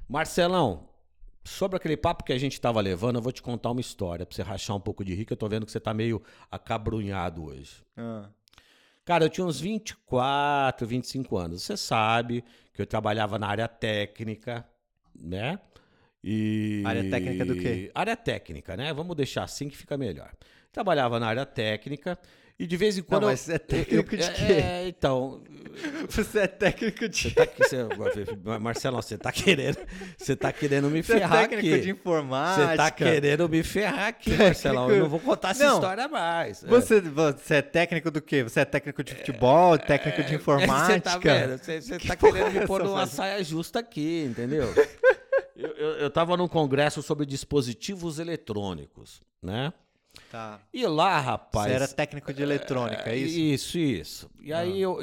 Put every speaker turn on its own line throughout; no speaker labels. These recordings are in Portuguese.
Marcelão, sobre aquele papo que a gente tava levando, eu vou te contar uma história pra você rachar um pouco de rir, que eu tô vendo que você tá meio acabrunhado hoje. Cara, eu tinha uns 24, 25 anos. Você sabe que eu trabalhava na área técnica, né?
Área técnica do quê?
Área técnica, né? Vamos deixar assim que fica melhor. Trabalhava na área técnica e de vez em quando...
Não, mas você é técnico de quê?
Então...
Você é técnico de...
Marcelão, você tá querendo me
Você é
ferrar
técnico
aqui.
de informática.
Você tá querendo me ferrar aqui, Marcelão. Eu não vou contar essa história mais.
Você é técnico do quê? Você é técnico de futebol, técnico de informática?
Você tá vendo? Você tá querendo me pôr numa saia justa aqui, entendeu? Eu tava num congresso sobre dispositivos eletrônicos, né?
Tá.
E lá, rapaz...
Você era técnico de eletrônica, é isso?
Isso. E aí eu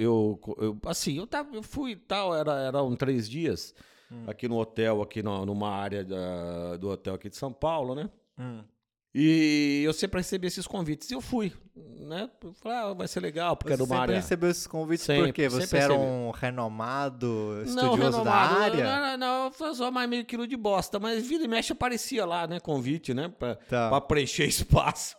fui e tal, eram 3 dias aqui no hotel, aqui numa área do hotel aqui de São Paulo, né? E eu sempre recebi esses convites. E eu fui, né? Eu falei, vai ser legal, porque
Você
era uma área...
sempre recebeu esses convites
Sempre,
por quê? Você
sempre
era
recebi.
um renomado
Não,
estudioso da área?
Não, foi só mais meio quilo de bosta. Mas vira e mexe aparecia lá, né? Convite, né? Pra preencher espaço.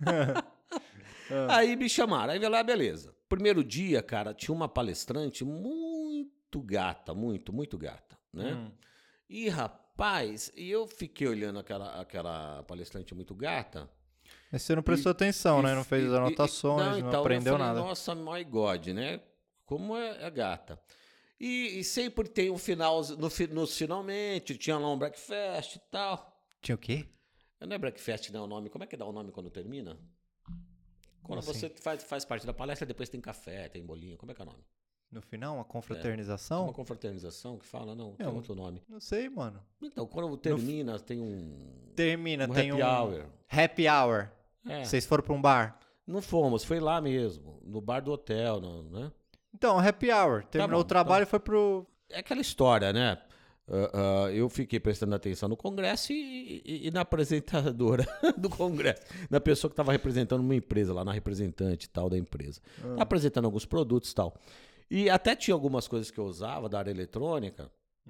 Aí me chamaram. Aí lá, beleza. Primeiro dia, cara, tinha uma palestrante muito gata, muito gata, né? E, rapaz, eu fiquei olhando aquela palestrante muito gata.
Mas você não prestou atenção, né? Não fez anotações, não
então,
aprendeu
eu falei,
nada.
Nossa, my God, né? Como é gata. E sempre tem um final, nos finalmente, tinha lá um breakfast e tal.
Tinha o quê?
Não é breakfast, não é o nome. Como é que dá o nome quando termina? Quando
Como
você faz parte da palestra, depois tem café, tem bolinho. Como é que é o nome?
No final, uma confraternização?
Uma confraternização que fala? Não, tem outro nome.
Não sei, mano.
Então, quando termina, tem um...
Termina, tem
happy hour.
Happy hour. Vocês foram pra um bar?
Não fomos, foi lá mesmo, no bar do hotel, né?
Então, happy hour. Terminou o trabalho e foi pro...
É aquela história, né? Eu fiquei prestando atenção no congresso e na apresentadora do congresso, na pessoa que estava representando uma empresa lá, na representante e tal da empresa. Tá apresentando alguns produtos e tal. E até tinha algumas coisas que eu usava da área eletrônica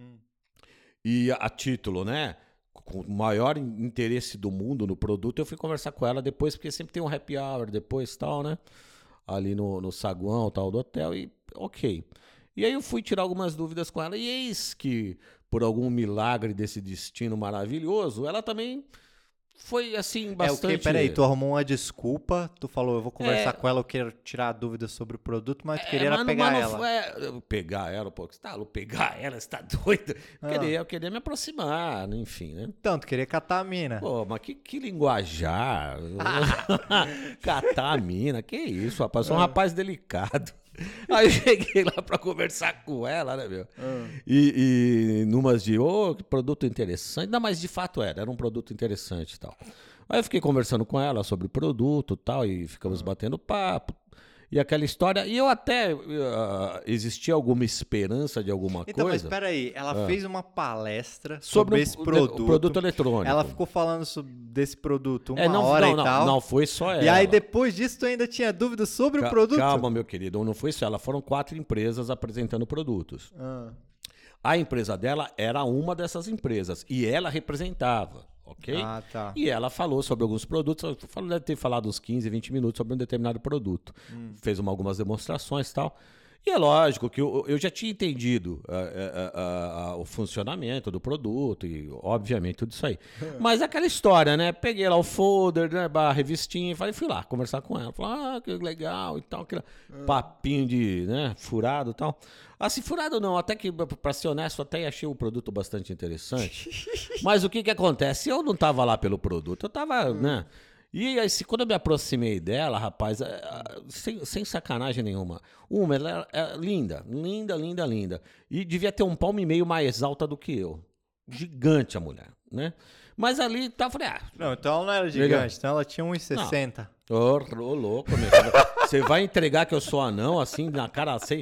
e a título, né? Com o maior interesse do mundo no produto, eu fui conversar com ela depois, porque sempre tem um happy hour depois e tal, né? Ali no saguão tal do hotel e ok. E aí eu fui tirar algumas dúvidas com ela e eis que, por algum milagre desse destino maravilhoso, ela também foi, assim, bastante...
Peraí, tu arrumou uma desculpa, tu falou, eu vou conversar com ela, eu quero tirar dúvidas sobre o produto, mas tu queria pegar ela.
Pegar ela, pô, você tá louco? Pegar ela, você tá doido? Eu queria me aproximar, enfim, né?
Então, tu queria catar a mina.
Pô, mas que linguajar. Catar a mina, que isso, rapaz, sou um rapaz delicado. Aí eu cheguei lá pra conversar com ela, né, meu? E numas de, que produto interessante. Não, mas de fato era um produto interessante e tal. Aí eu fiquei conversando com ela sobre o produto e tal, e ficamos batendo papo. E aquela história, e eu até existia alguma esperança de alguma
então,
coisa.
Mas peraí, ela fez uma palestra
sobre
esse produto.
O produto eletrônico.
Ela ficou falando desse produto uma hora e tal.
Não, foi só ela.
E aí depois disso tu ainda tinha dúvidas sobre o produto?
Calma, meu querido, não foi só ela. Foram 4 empresas apresentando produtos. A empresa dela era uma dessas empresas e ela representava. Ok?
Tá.
E ela falou sobre alguns produtos, deve ter falado uns 15, 20 minutos sobre um determinado produto. Fez algumas demonstrações e tal. E é lógico que eu já tinha entendido o funcionamento do produto e, obviamente, tudo isso aí. Mas aquela história, né? Peguei lá o folder, né? A revistinha e fui lá conversar com ela. Falei, que legal e tal. Aquele papinho de, né? Furado e tal. Assim, furado não. Até que, pra ser honesto, até achei o produto bastante interessante. Mas o que acontece? Eu não tava lá pelo produto. Eu tava, né? E aí, quando eu me aproximei dela, rapaz, sem sacanagem nenhuma, ela é linda. E devia ter 1,5 palmo mais alta do que eu. Gigante a mulher, né? Mas ali, eu falei,
Não, então ela não era gigante, então ela tinha 1,60.
Ô, louco, meu. Você vai entregar que eu sou anão, assim, na cara, sem,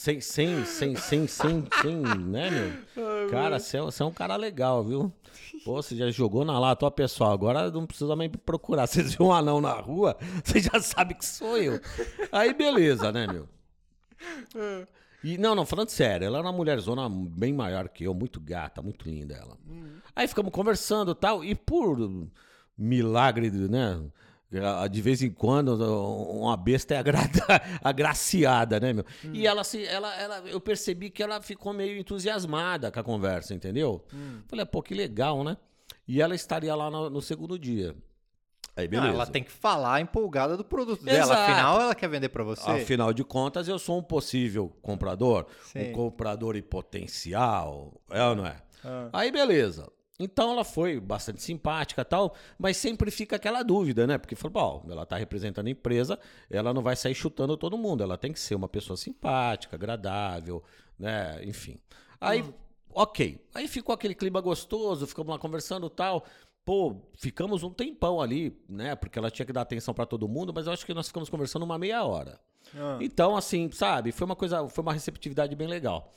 né, meu? Cara, você é um cara legal, viu? Pô, você já jogou na lata, ó, pessoal, agora não precisa mais procurar. Vocês viram um anão na rua, você já sabe que sou eu. Aí, beleza, né, meu? E, não, falando sério, ela era uma mulherzona bem maior que eu, muito gata, muito linda ela. Aí ficamos conversando e tal, e por milagre, né? De vez em quando, uma besta é agraciada, né, meu? E ela, eu percebi que ela ficou meio entusiasmada com a conversa, entendeu? Falei, pô, que legal, né? E ela estaria lá no segundo dia. Aí, beleza.
Ela tem que falar empolgada do produto dela. Afinal, ela quer vender pra você.
Afinal de contas, eu sou um possível comprador.
Sim.
Um comprador em potencial. É ou não é? Aí, beleza. Então, ela foi bastante simpática e tal, mas sempre fica aquela dúvida, né? Porque, falou, ela está representando a empresa, ela não vai sair chutando todo mundo. Ela tem que ser uma pessoa simpática, agradável, né? Enfim. Aí, ok. Aí ficou aquele clima gostoso, ficamos lá conversando e tal. Pô, ficamos um tempão ali, né? Porque ela tinha que dar atenção para todo mundo, mas eu acho que nós ficamos conversando uma meia hora. Então, assim, sabe? Foi uma receptividade bem legal.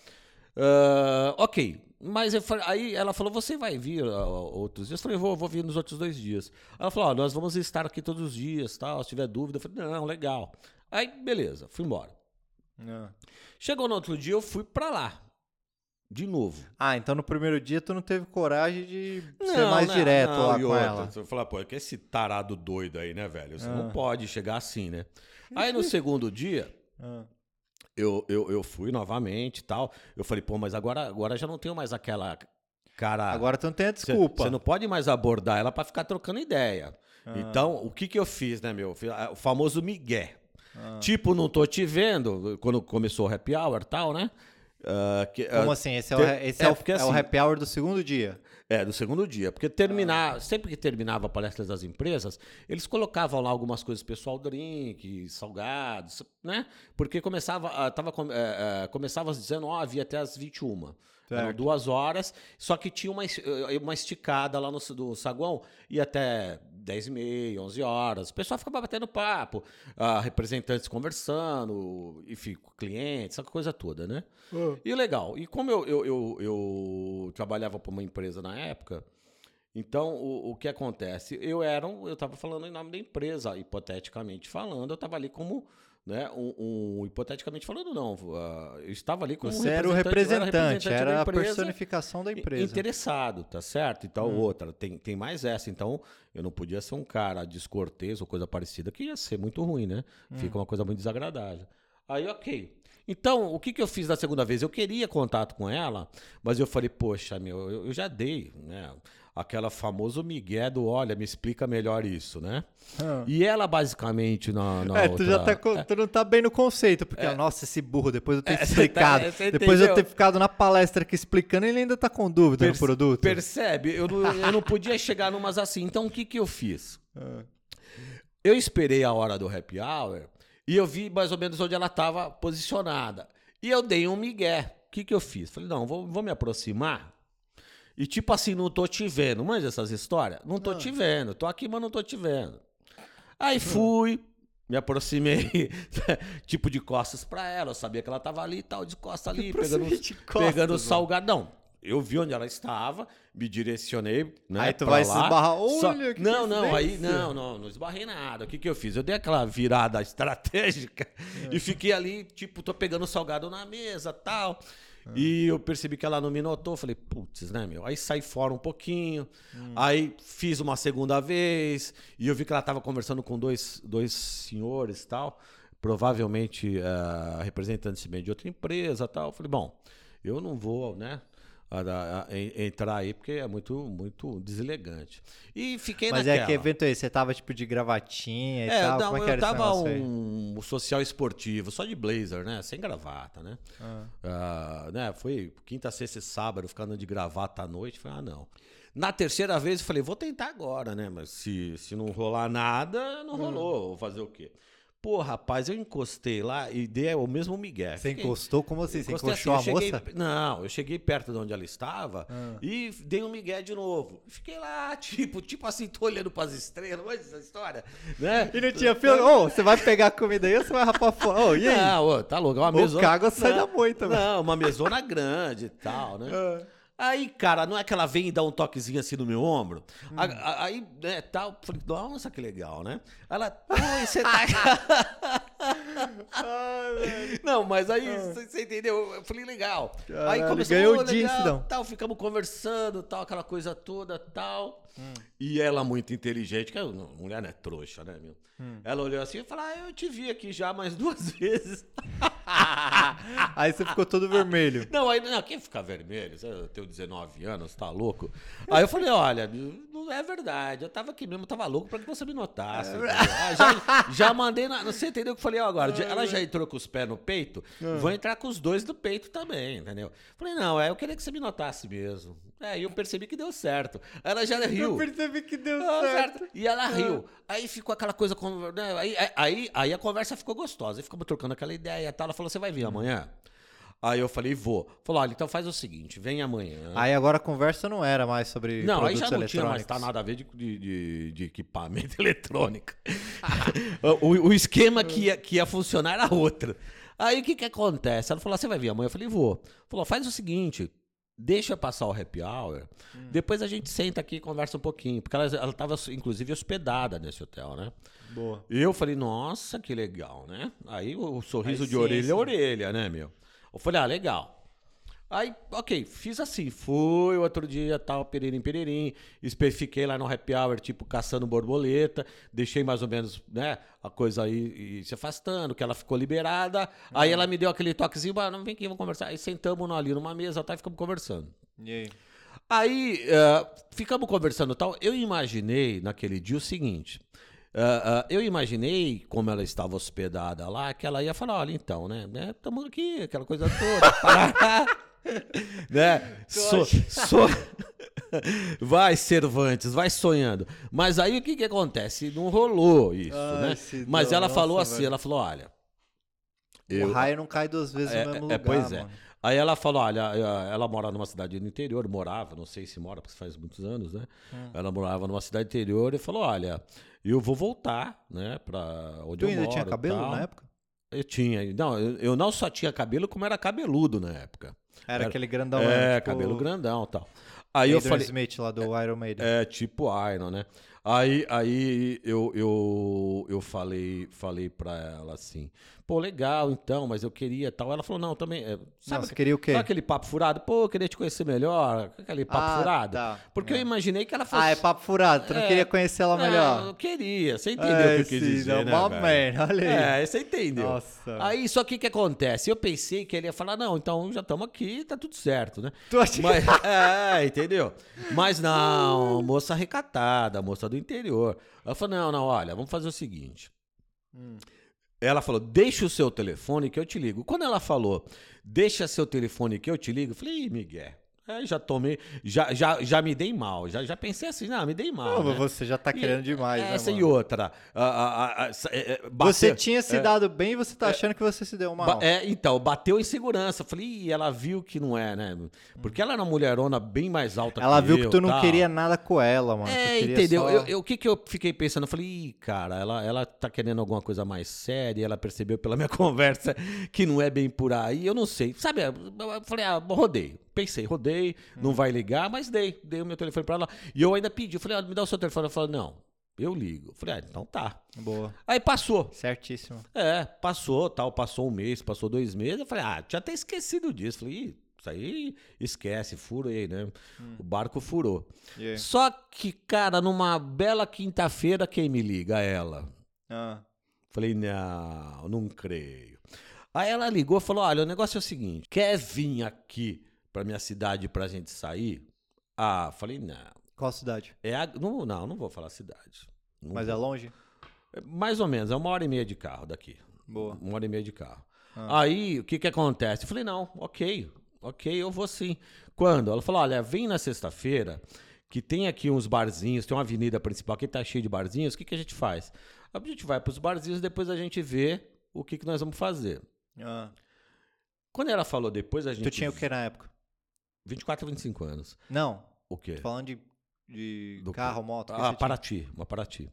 Ok. Mas aí ela falou, você vai vir outros dias? Eu falei, vou vir nos outros 2 dias. Ela falou, nós vamos estar aqui todos os dias, tal, se tiver dúvida. Eu falei, não, legal. Aí, beleza, fui embora. Chegou no outro dia, eu fui pra lá. De novo.
Então no primeiro dia tu não teve coragem de ser mais direto lá com ela.
Você falar, pô, é que esse tarado doido aí, né, velho? Você não pode chegar assim, né? Aí no segundo dia... Eu fui novamente e tal. Eu falei, pô, mas agora já não tenho mais aquela cara...
Agora tu não tem a desculpa.
Você não pode mais abordar ela pra ficar trocando ideia. Então, o que eu fiz, né, meu? O famoso migué. Tipo, não tô te vendo, quando começou o happy hour e tal, né?
Como assim? Esse é o happy hour do segundo dia?
Do segundo dia. Porque sempre que terminava a palestra das empresas, eles colocavam lá algumas coisas, pessoal, drink, salgados, né? Porque começava às 19 e até às 21. Eram 2 horas, só que tinha uma esticada lá no saguão, e até 10h30, 11 horas. O pessoal ficava batendo papo, representantes conversando, enfim, clientes, essa coisa toda, né? E legal. E como eu trabalhava para uma empresa na época, então o que acontece? Eu estava falando em nome da empresa, hipoteticamente falando, eu estava ali como... Né? Hipoteticamente falando, não. Eu estava ali como
Você era o representante, era a personificação da empresa.
Interessado, tá certo? Então, outra, tem mais essa. Então, eu não podia ser um cara descortês ou coisa parecida, que ia ser muito ruim, né? Fica uma coisa muito desagradável. Aí, ok. Então, o que eu fiz da segunda vez? Eu queria contato com ela, mas eu falei, poxa, eu já dei, né? Aquela famoso migué do, olha, me explica melhor isso, né? E ela, basicamente, na outra...
Tu não tá bem no conceito, porque, nossa, esse burro, depois eu ter explicado. Depois eu ter ficado na palestra aqui explicando, ele ainda tá com dúvida no produto.
Percebe? Eu não podia chegar numas assim. Então, o que eu fiz? Eu esperei a hora do happy hour e eu vi mais ou menos onde ela estava posicionada. E eu dei um migué. O que eu fiz? Falei, não, vou me aproximar. E tipo assim, não tô te vendo. Manja essas histórias? Não tô te vendo. Tô aqui, mas não tô te vendo. Aí fui, me aproximei, tipo de costas pra ela. Eu sabia que ela tava ali e tal, de costas ali, pegando o salgado. Não, eu vi onde ela estava, me direcionei, né?
Aí tu vai se esbarrar. Olha, que
não esbarrei nada. O que eu fiz? Eu dei aquela virada estratégica e fiquei ali, tipo, tô pegando o salgado na mesa e tal. E eu percebi que ela não me notou. Falei, putz, né, meu? Aí saí fora um pouquinho. Aí fiz uma segunda vez. E eu vi que ela estava conversando com dois senhores e tal. Provavelmente representantes de outra empresa e tal. Falei, bom, eu não vou, né? Entrar aí, porque é muito, muito deselegante. E fiquei naquela.
Mas que evento é esse? Você tava tipo de gravatinha e tal?
Não,
como é que era
eu tava um social esportivo, só de blazer, né? Sem gravata, né? Né? Foi quinta, sexta e sábado, ficando de gravata à noite. Falei, não. Na terceira vez eu falei, vou tentar agora, né? Mas se não rolar nada, não rolou. Vou fazer o quê? Pô, rapaz, eu encostei lá e dei o mesmo migué.
Você encostou? Como assim? Você encostou a moça?
Não, eu cheguei perto de onde ela estava e dei um migué de novo. Fiquei lá, tipo assim, tô olhando pras estrelas, olha essa história, né?
E não tinha fila? Você vai pegar a comida aí ou você vai rapar fora? E aí?
Não, tá louco, é uma mesona...
O cago sai da moita, mano.
Não, uma mesona grande e tal, né? Aí, cara, não é que ela vem e dá um toquezinho assim no meu ombro? Aí, né, tal, falei, nossa, que legal, né? Ela, oi, você tá... Não, mas aí, você entendeu? Eu falei, legal.
Caralho,
aí começou,
ganhou o
legal, tal, ficamos conversando, tal, aquela coisa toda, tal. E ela muito inteligente, que a mulher não é trouxa, né, meu? Ela olhou assim e falou, eu te vi aqui já mais 2 vezes.
Aí você ficou todo vermelho.
Não, aí, não, quem fica vermelho? Eu tenho 19 anos, tá louco? Aí eu falei, olha, não é verdade, eu tava aqui mesmo, tava louco pra que você me notasse. Já mandei, você entendeu o que eu falei agora? Ela já entrou com os pés no peito, vou entrar com os 2 no peito também, entendeu? Falei, não, eu queria que você me notasse mesmo. Aí eu percebi que deu certo. Ela já riu.
Eu percebi que deu certo.
E ela riu. Aí ficou aquela coisa, né? Aí a conversa ficou gostosa. Aí ficamos trocando aquela ideia e tal. Ela falou, você vai vir amanhã? Aí eu falei, vou. Falou, olha, então faz o seguinte, vem amanhã.
Aí agora a conversa não era mais sobre
não,
produtos
aí já não tinha mais nada a ver de equipamento eletrônico. o esquema que ia funcionar era outro. Aí o que acontece? Ela falou, você vai vir amanhã? Eu falei, vou. Falou, faz o seguinte, deixa passar o happy hour, depois a gente senta aqui e conversa um pouquinho. Porque ela estava, inclusive, hospedada nesse hotel, né?
Boa.
E eu falei, nossa, que legal, né? Aí o sorriso de orelha a orelha, né, meu? Eu falei, legal. Aí, ok, fiz assim, fui outro dia, tal, peririm, fiquei lá no happy hour, tipo, caçando borboleta, deixei mais ou menos, né, a coisa aí se afastando, que ela ficou liberada, aí ela me deu aquele toquezinho, não, vem aqui, vamos conversar, aí sentamos ali numa mesa, e ficamos conversando.
E aí?
Aí, ficamos conversando e tal, eu imaginei naquele dia o seguinte... eu imaginei, como ela estava hospedada lá, que ela ia falar, olha, então, né, estamos aqui, aquela coisa toda, né, vai, Cervantes, vai sonhando. Mas aí o que acontece? Não rolou isso, né? Mas ela falou assim, ela falou, olha...
O raio não cai 2 vezes no mesmo lugar,
pois
mano.
Aí ela falou, olha, ela mora numa cidade do interior, morava, não sei se mora, porque faz muitos anos, né? Ela morava numa cidade interior e falou, olha, eu vou voltar, né, pra onde eu moro.
Tu ainda tinha cabelo na época?
Eu tinha. Não, eu não só tinha cabelo, como era cabeludo na época.
Era aquele grandão.
Tipo, cabelo grandão e tal. Aí eu falei,
Smith lá do Iron Maiden.
Tipo Iron, né? Aí eu falei pra ela assim, pô, legal então, mas eu queria tal. Ela falou, não, também...
Sabe, você queria o quê?
Sabe aquele papo furado? Pô, eu queria te conhecer melhor, aquele papo furado.
Tá.
Porque eu imaginei que ela fosse...
é papo furado, tu não queria conhecer ela melhor?
Eu queria, você entendeu o que eu quis dizer, né,
velho? Olha aí.
Você entendeu.
Nossa.
Aí, só que acontece? Eu pensei que ele ia falar, não, então já estamos aqui, tá tudo certo, né?
Tu acha
Mas, entendeu? Mas não, moça recatada, moça do interior. Ela falou, não, olha, vamos fazer o seguinte. Ela falou, deixa o seu telefone que eu te ligo. Quando ela falou, deixa seu telefone que eu te ligo, eu falei, ih, Miguel. Já tomei, já me dei mal, já pensei assim, me dei mal.
Não, né? Você já tá querendo demais, né,
essa
mano?
E outra.
Você tinha se dado bem e você tá achando que você se deu mal.
Então, bateu em segurança. Falei, e ela viu que não é, né? Porque ela era uma mulherona bem mais alta
ela
que
viu que tu não queria nada com ela, mano.
Entendeu?
Só...
O que eu fiquei pensando? Eu falei, cara, ela tá querendo alguma coisa mais séria, ela percebeu pela minha conversa que não é bem por aí, eu não sei. Sabe, eu falei, rodei. Pensei, rodei, não vai ligar, mas dei o meu telefone pra ela. E eu ainda pedi, eu falei, me dá o seu telefone. Ela falou, não, eu ligo. Eu falei, então tá.
Boa.
Aí passou.
Certíssimo.
Passou 1 mês, passou 2 meses. Eu falei, tinha até esquecido disso. Falei, isso aí esquece, fura aí, né? O barco furou.
Yeah.
Só que, cara, numa bela quinta-feira, quem me liga? Ela. Falei, não creio. Aí ela ligou e falou, olha, o negócio é o seguinte, quer vir aqui pra minha cidade pra gente sair? Falei, não.
Qual cidade?
Não vou falar cidade.
Mas é longe?
Mais ou menos, é 1h30 de carro daqui.
Boa.
1h30 de carro. Aí, o que acontece? Eu falei, não, ok, eu vou sim. Quando? Ela falou, olha, vem na sexta-feira, que tem aqui uns barzinhos, tem uma avenida principal que tá cheia de barzinhos, o que a gente faz? A gente vai pros barzinhos, depois a gente vê o que nós vamos fazer. Quando ela falou depois, a gente...
Tu tinha o que na época?
24 ou 25 anos.
Não.
O quê?
Tô falando de carro, moto.
Uma Paraty.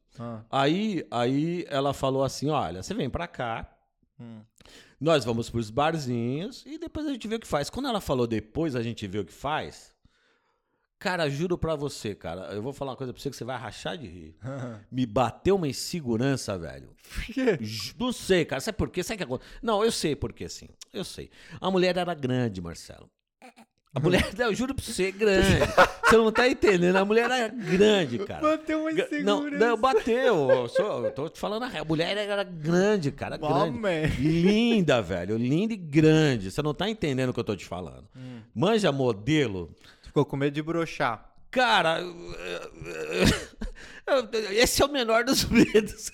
Aí ela falou assim, olha, você vem pra cá, nós vamos pros barzinhos e depois a gente vê o que faz. Quando ela falou depois a gente vê o que faz, cara, juro pra você, cara, eu vou falar uma coisa pra você que você vai rachar de rir. Me bateu uma insegurança, velho.
Por quê?
Não sei, cara. Sabe por quê? Sabe o que aconteceu? Não, eu sei por quê, sim. Eu sei. A mulher era grande, Marcelo. A mulher, eu juro pra você, grande. Você não tá entendendo. A mulher era grande, cara.
Bateu uma insegurança.
Não, bateu. Eu tô te falando a real. A mulher era grande, cara. Grande.
Man.
Linda, velho. Linda e grande. Você não tá entendendo o que eu tô te falando. Manja modelo.
Ficou com medo de broxar.
Cara, esse é o menor dos medos.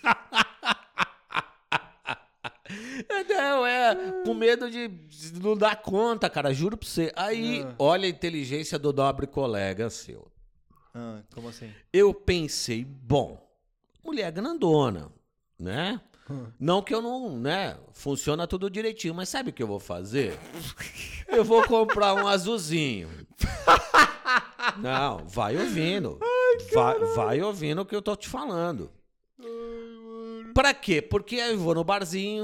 Não, com medo de não dar conta, cara, juro pra você. Aí, olha a inteligência do nobre colega seu.
Como assim?
Eu pensei, bom, mulher grandona, né? Não que eu não, né, funciona tudo direitinho, mas sabe o que eu vou fazer? Eu vou comprar um azulzinho. Não, vai ouvindo. Vai ouvindo o que eu tô te falando. Pra quê? Porque eu vou no barzinho.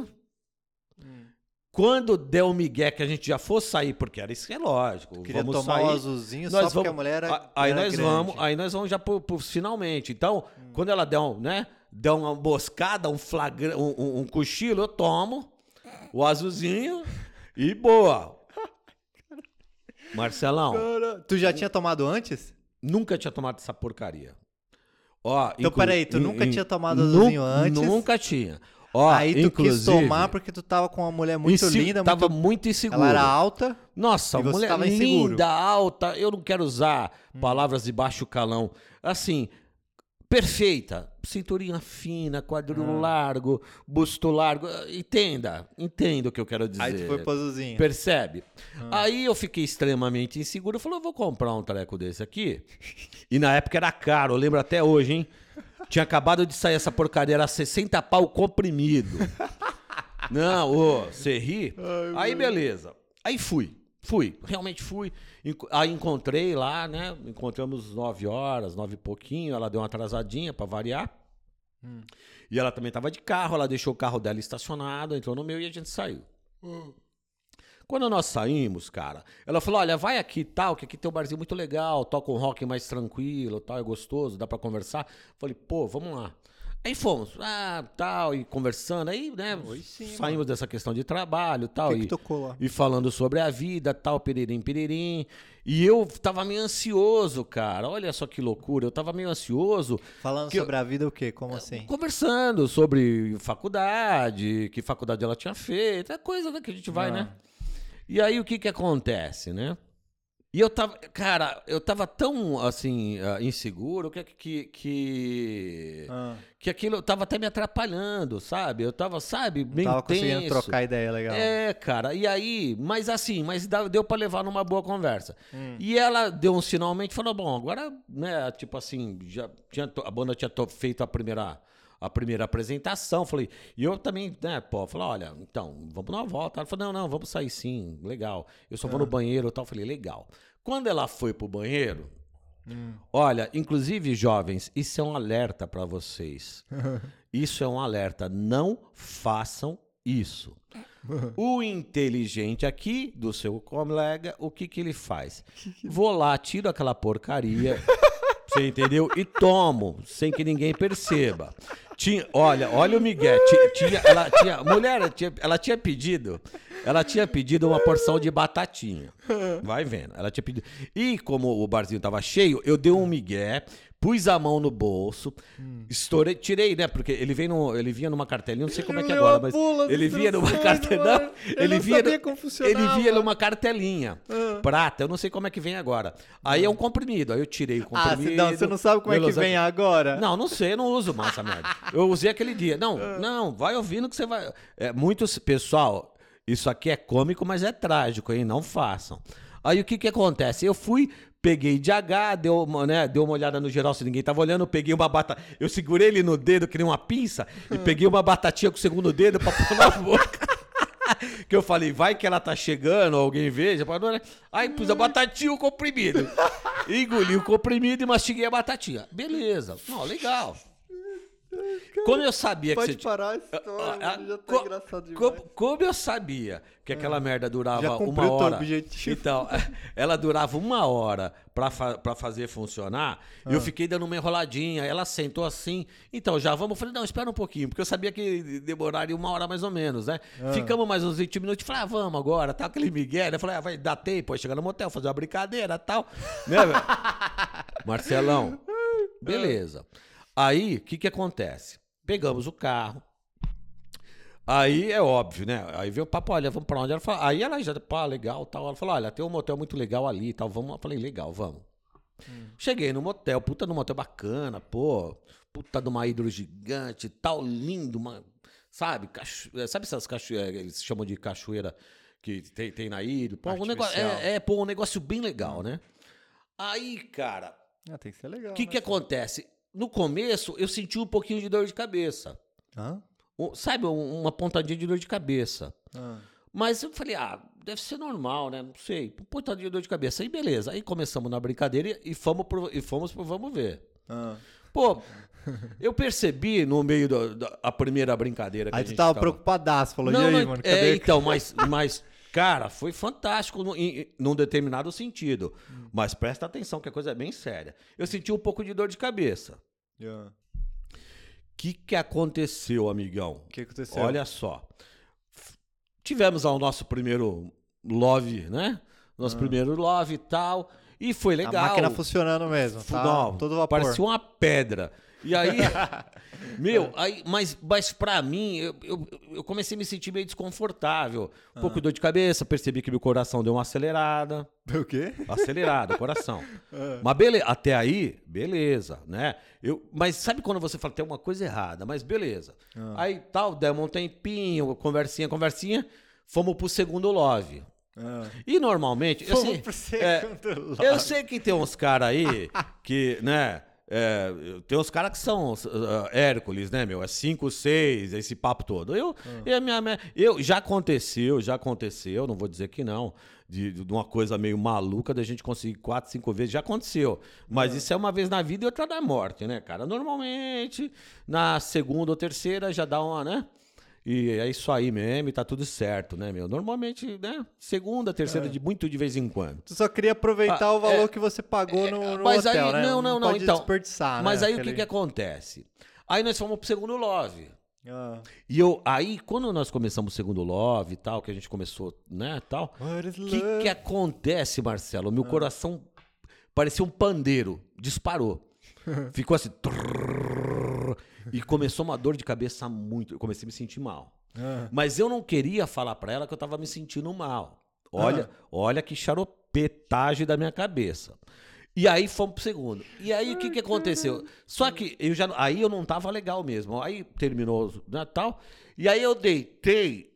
Quando der o migué que a gente já for sair, porque era isso que é lógico.
Queria
vamos
tomar
sair,
o azulzinho só porque a mulher era grande.
Aí nós vamos já pro finalmente. Então, quando ela der der uma emboscada, um cochilo, eu tomo o azulzinho e boa. Marcelão.
Cara, tu já tinha tomado antes?
Nunca tinha tomado essa porcaria. Ó,
então, peraí, tu nunca tinha tomado azulzinho antes?
Nunca tinha. Ó,
aí tu quis tomar porque tu tava com uma mulher muito linda.
Tava muito inseguro.
Ela era alta.
Nossa, uma mulher linda, alta. Eu não quero usar palavras de baixo calão. Assim, perfeita. Cinturinha fina, quadril largo, busto largo. Entenda o que eu quero dizer.
Aí tu foi pro azulzinho.
Percebe? Aí eu fiquei extremamente inseguro. Eu falei, eu vou comprar um treco desse aqui. E na época era caro, eu lembro até hoje, hein? Tinha acabado de sair essa porcaria, era 60 pau comprimido. Não, você ri? Aí beleza. Aí fui, realmente fui. Aí encontrei lá, né? Encontramos 9 horas, 9 e pouquinho. Ela deu uma atrasadinha pra variar. E ela também tava de carro, ela deixou o carro dela estacionado, entrou no meu e a gente saiu. Quando nós saímos, cara, ela falou, olha, vai aqui tal, que aqui tem um barzinho muito legal, toca um rock mais tranquilo, tal, é gostoso, dá pra conversar. Falei, pô, vamos lá. Aí fomos, tal, e conversando, aí, né, saímos dessa questão de trabalho, tal,
que tocou lá?
E falando sobre a vida, tal, piririm. E eu tava meio ansioso, cara, olha só que loucura, eu tava meio ansioso.
Falando sobre a vida o quê? Como assim?
Conversando sobre faculdade, que faculdade ela tinha feito, é coisa, né, que a gente vai, né? E aí o que acontece, né? E eu tava, cara, tão, assim, inseguro que aquilo tava até me atrapalhando, sabe? Eu tava, sabe, bem tenso.
Tava conseguindo trocar ideia legal.
Cara, e aí, mas deu pra levar numa boa conversa. E ela deu um sinalmente, falou, bom, agora, né, tipo assim, a banda tinha feito a primeira apresentação, falei, e eu também, né, falei, olha, então, vamos dar uma volta. Ela falou, não, vamos sair sim, legal. Eu só vou no banheiro e tal. Falei, legal. Quando ela foi pro banheiro, olha, inclusive, jovens, isso é um alerta para vocês. Isso é um alerta, não façam isso. O inteligente aqui, do seu colega, o que ele faz? Vou lá, tiro aquela porcaria... Você entendeu? E tomo, sem que ninguém perceba. Olha o Miguel. Ela tinha pedido uma porção de batatinha. Vai vendo. Ela tinha pedido. E como o barzinho tava cheio, eu dei um Miguel, pus a mão no bolso, estourei, tirei, né? Porque ele vinha numa cartelinha, não sei como é que é agora, mas ele vinha numa cartelinha. Ele vinha numa cartelinha prata, eu não sei como é que vem agora. Aí é um comprimido, aí eu tirei o comprimido.
Não, você não sabe como é que vem agora?
Não sei, eu não uso mais essa merda. Eu usei aquele dia. Não, vai ouvindo que você vai... Pessoal, isso aqui é cômico, mas é trágico, hein? Não façam. Aí o que acontece? Eu fui... Peguei de H, deu uma olhada no geral se ninguém tava olhando, eu peguei uma batata, eu segurei ele no dedo que nem uma pinça e peguei uma batatinha com o segundo dedo pra pôr na boca. Que eu falei, vai que ela tá chegando, alguém veja. Aí pus a batatinha e o comprimido. Engoli o comprimido e mastiguei a batatinha. Beleza, legal. Como eu sabia
Pode
que você...
parar a história, já tá engraçado demais.
Como eu sabia que aquela merda durava
já
uma hora...
objetivo.
Então, ela durava uma hora pra fazer funcionar, eu fiquei dando uma enroladinha, ela sentou assim, então já vamos, eu falei, não, espera um pouquinho, porque eu sabia que demoraria uma hora mais ou menos, né? Ficamos mais uns 20 minutos, falei, vamos agora, tá aquele migué, né? Eu falei, vai dar tempo, aí chegar no motel, fazer uma brincadeira e tal, né, velho? Marcelão, beleza. Aí, o que acontece? Pegamos o carro. Aí é óbvio, né? Aí veio o papo, olha, vamos pra onde? Ela falou, aí ela já, pá, legal, tal. Ela falou, olha, tem um motel muito legal ali e tal, vamos. Eu falei, legal, vamos. Cheguei no motel, puta no motel bacana, pô, puta de uma hidro gigante, tal, lindo, sabe? Sabe essas cachoeiras, eles chamam de cachoeira que tem na hidro? Pô, um negócio bem legal, né? Aí, cara,
tem que ser legal.
O que acontece? No começo, eu senti um pouquinho de dor de cabeça. Sabe, uma pontadinha de dor de cabeça. Mas eu falei, deve ser normal, né? Não sei. Pontadinha de dor de cabeça. Aí beleza. Aí começamos na brincadeira e fomos pro vamos ver. Pô, eu percebi no meio da primeira brincadeira que
aí a gente tava preocupadaço, falou,
não,
e aí, mano?
Cadê? Então, mas cara, foi fantástico num determinado sentido. Mas presta atenção que a coisa é bem séria. Eu senti um pouco de dor de cabeça. O que aconteceu, amigão?
O que aconteceu?
Olha só. Tivemos o nosso primeiro love, né? Nosso primeiro love e tal. E foi legal.
A máquina funcionando mesmo, tá?
Não,
todo vapor.
Parecia uma pedra. E aí, mas pra mim, eu comecei a me sentir meio desconfortável. Um pouco de dor de cabeça, percebi que meu coração deu uma acelerada.
O quê?
Acelerada, o coração. Mas até aí, beleza, né? Mas sabe quando você fala, tem uma coisa errada, mas beleza. Aí tal, demos um tempinho, conversinha, fomos pro segundo love. E normalmente, eu sei que tem uns caras aí que, né? Tem uns caras que são Hércules, né, meu? É 5, 6, esse papo todo. Já aconteceu, não vou dizer que não, de uma coisa meio maluca da gente conseguir 4, 5 vezes, já aconteceu. Mas isso é uma vez na vida e outra na morte, né, cara? Normalmente, na segunda ou terceira já dá uma, né? E é isso aí mesmo, e tá tudo certo, né, meu? Normalmente, né? Segunda, terceira, muito de vez em quando.
Tu só queria aproveitar o valor que você pagou no hotel,
aí,
né?
Não,
pode
então.
Desperdiçar,
mas
né?
aí o que acontece? Aí nós fomos pro segundo love. E aí, quando nós começamos o segundo love e tal, que a gente começou, né, tal, o que acontece, Marcelo? Meu coração parecia um pandeiro, disparou. Ficou assim... E começou uma dor de cabeça muito... Eu comecei a me sentir mal. Mas eu não queria falar pra ela que eu tava me sentindo mal. Olha que xaropetagem da minha cabeça. E aí fomos pro segundo. E aí o que aconteceu? Só que aí eu não tava legal mesmo. Aí terminou, né, tal. E aí eu deitei.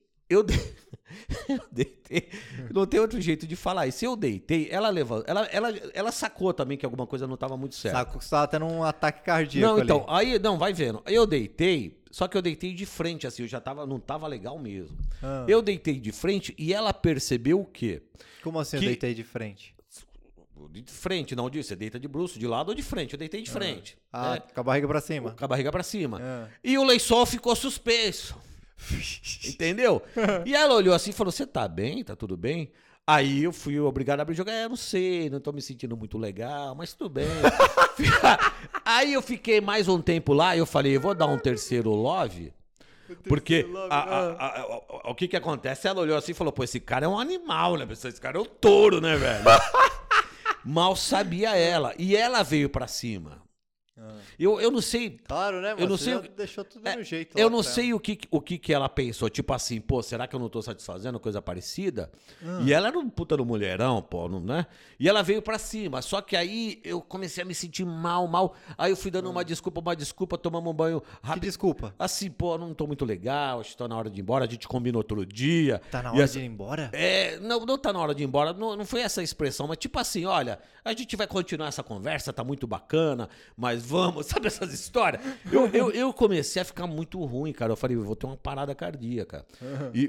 Não tem outro jeito de falar isso. Eu deitei, ela levantou. Ela sacou também que alguma coisa não estava muito certa.
Sacou que você estava tendo um ataque cardíaco.
Não,
ali.
Então, aí, não, vai vendo. Eu deitei, só que eu deitei de frente, assim, não tava legal mesmo. Eu deitei de frente e ela percebeu o quê?
Como assim eu deitei de frente?
De frente, não disse. Você deita de bruço, de lado ou de frente. Eu deitei de frente.
Com a barriga pra cima.
Com a barriga pra cima. E o lençol ficou suspenso. Entendeu? E ela olhou assim e falou, você tá bem? Tá tudo bem? Aí eu fui obrigado a abrir o jogo. Eu não sei, não tô me sentindo muito legal, mas tudo bem. Aí eu fiquei mais um tempo lá e eu falei, eu vou dar um terceiro love. Porque o que acontece? Ela olhou assim e falou, pô, esse cara é um animal, né? Esse cara é um touro, né, velho? Mal sabia ela. E ela veio pra cima. Eu não sei.
Claro, né? Mas
eu não
você
sei.
Já deixou tudo no jeito.
Eu não sei o que ela pensou. Tipo assim, pô, será que eu não tô satisfazendo? Coisa parecida. E ela era um puta do mulherão, pô, né? E ela veio pra cima. Só que aí eu comecei a me sentir mal. Aí eu fui dando uma desculpa, tomamos um banho rápido.
Que desculpa?
Assim, pô, não tô muito legal, acho que tá na hora de ir embora. A gente combinou outro dia.
Tá na hora de ir embora?
Não tá na hora de ir embora. Não foi essa expressão, mas tipo assim, olha, a gente vai continuar essa conversa, tá muito bacana, mas vamos. Sabe essas histórias? Eu comecei a ficar muito ruim, cara. Eu falei, eu vou ter uma parada cardíaca. E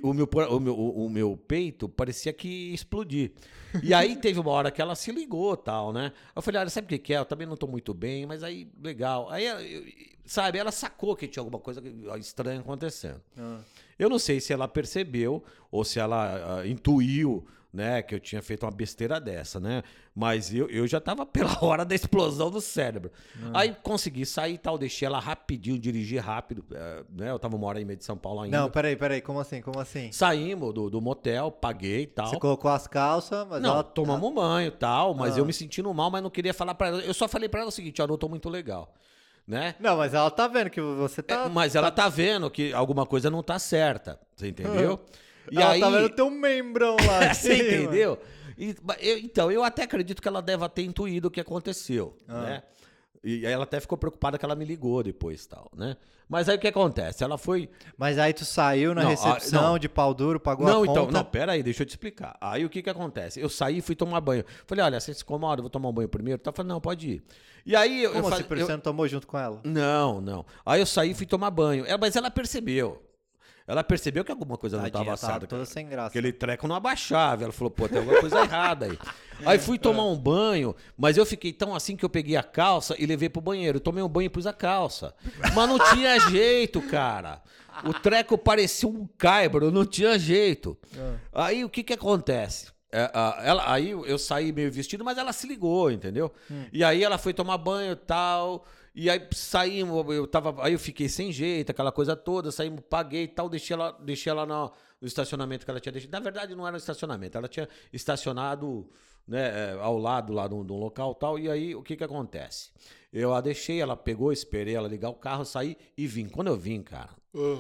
o meu peito parecia que ia explodir. E aí teve uma hora que ela se ligou e tal, né? Eu falei, olha, sabe o que é? Eu também não tô muito bem, mas aí, legal. Aí, sabe, ela sacou que tinha alguma coisa estranha acontecendo. Eu não sei se ela percebeu ou se ela intuiu, né, que eu tinha feito uma besteira dessa, né? Mas eu já tava pela hora da explosão do cérebro. Aí consegui sair e tal, deixei ela rapidinho, dirigir rápido, né? Eu tava 1h30 de São Paulo ainda.
Não, peraí, como assim?
Saímos do motel, paguei e tal.
Você colocou as calças, mas
não, tomamos um banho e tal, mas eu me sentindo mal, mas não queria falar pra ela. Eu só falei pra ela o seguinte, ó, não tô muito legal. Né?
Não, mas ela tá vendo que você tá...
mas ela tá vendo que alguma coisa não tá certa, você entendeu?
E ela tá vendo teu membrão lá.
Você entendeu? Então, eu até acredito que ela deve ter intuído o que aconteceu, né? E aí ela até ficou preocupada que ela me ligou depois e tal, né? Mas aí o que acontece? Ela foi...
Mas aí tu saiu na recepção de pau duro, pagou a conta?
Não, pera aí, deixa eu te explicar. Aí o que acontece? Eu saí e fui tomar banho. Falei, olha, você se incomoda, eu vou tomar um banho primeiro? Ela falou, não, pode ir. E aí...
Como assim, você não tomou junto com ela?
Não. Aí eu saí e fui tomar banho. Mas ela percebeu. Ela percebeu que alguma coisa não estava assada.
Toda sem graça.
Aquele treco não abaixava. Ela falou, pô, tem alguma coisa errada aí. Aí fui tomar um banho, mas eu fiquei tão assim que eu peguei a calça e levei pro banheiro. Eu tomei um banho e pus a calça. Mas não tinha jeito, cara. O treco parecia um caibro, não tinha jeito. Aí o que acontece? Aí eu saí meio vestido, mas ela se ligou, entendeu? E aí ela foi tomar banho e tal... E aí saímos, aí eu fiquei sem jeito, aquela coisa toda, saímos, paguei e tal, deixei ela no estacionamento que ela tinha deixado. Na verdade, não era no estacionamento, ela tinha estacionado, né, ao lado lá de um local e tal. E aí, o que acontece? Eu a deixei, ela pegou, esperei ela ligar o carro, saí e vim. Quando eu vim, cara,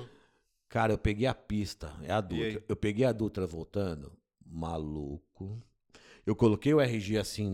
eu peguei a pista, é a Dutra. Eu peguei a Dutra voltando, maluco. Eu coloquei o RG assim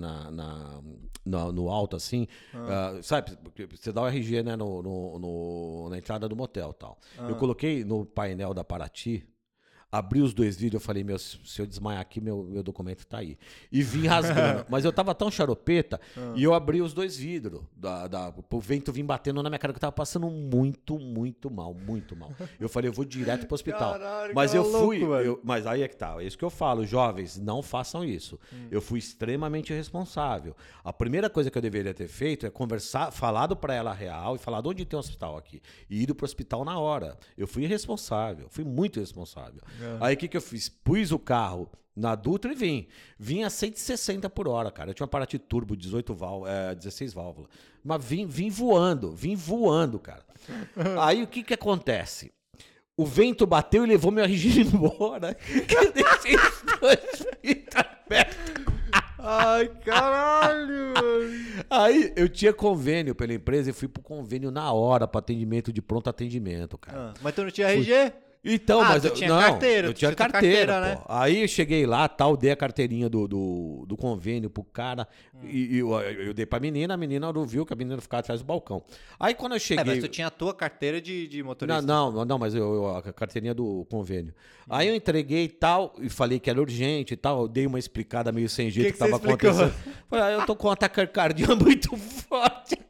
no alto, assim. Sabe, você dá o RG, né, na entrada do motel e tal. Eu coloquei no painel da Paraty, abri os dois vidros, eu falei, se eu desmaiar aqui, meu documento tá aí. E vim rasgando. Mas eu tava tão charopeta, e eu abri os dois vidros, o vento vinha batendo na minha cara, que eu tava passando muito, muito mal, muito mal. Eu falei, eu vou direto pro hospital.
Caralho,
mas eu fui,
louco,
mas aí é que tá, é isso que eu falo, jovens, não façam isso. Eu fui extremamente irresponsável. A primeira coisa que eu deveria ter feito é falado pra ela a real e falado onde tem um hospital aqui. E ido pro hospital na hora. Eu fui irresponsável, fui muito irresponsável. Aí o que eu fiz? Pus o carro na Dutra e vim. Vim a 160 por hora, cara. Eu tinha uma Paraty Turbo, 16 válvulas. Mas vim voando, cara. Aí o que acontece? O vento bateu e levou meu RG embora. Eu deixei os dois vidros abertos.
Ai, caralho!
Aí eu tinha convênio pela empresa e fui pro convênio na hora, pra atendimento de pronto atendimento, cara.
Mas tu não tinha RG?
Então, mas
tu tinha carteira.
Eu tinha carteira, né? Aí eu cheguei lá, tal, dei a carteirinha do convênio pro cara e eu dei pra menina, a menina não viu que a menina ficava atrás do balcão. Aí quando eu cheguei...
mas tu tinha a tua carteira de motorista.
Não, mas a carteirinha do convênio. Aí eu entreguei e tal, e falei que era urgente e tal, eu dei uma explicada meio sem jeito que tava acontecendo. Falei, eu tô com um ataque cardíaco muito forte.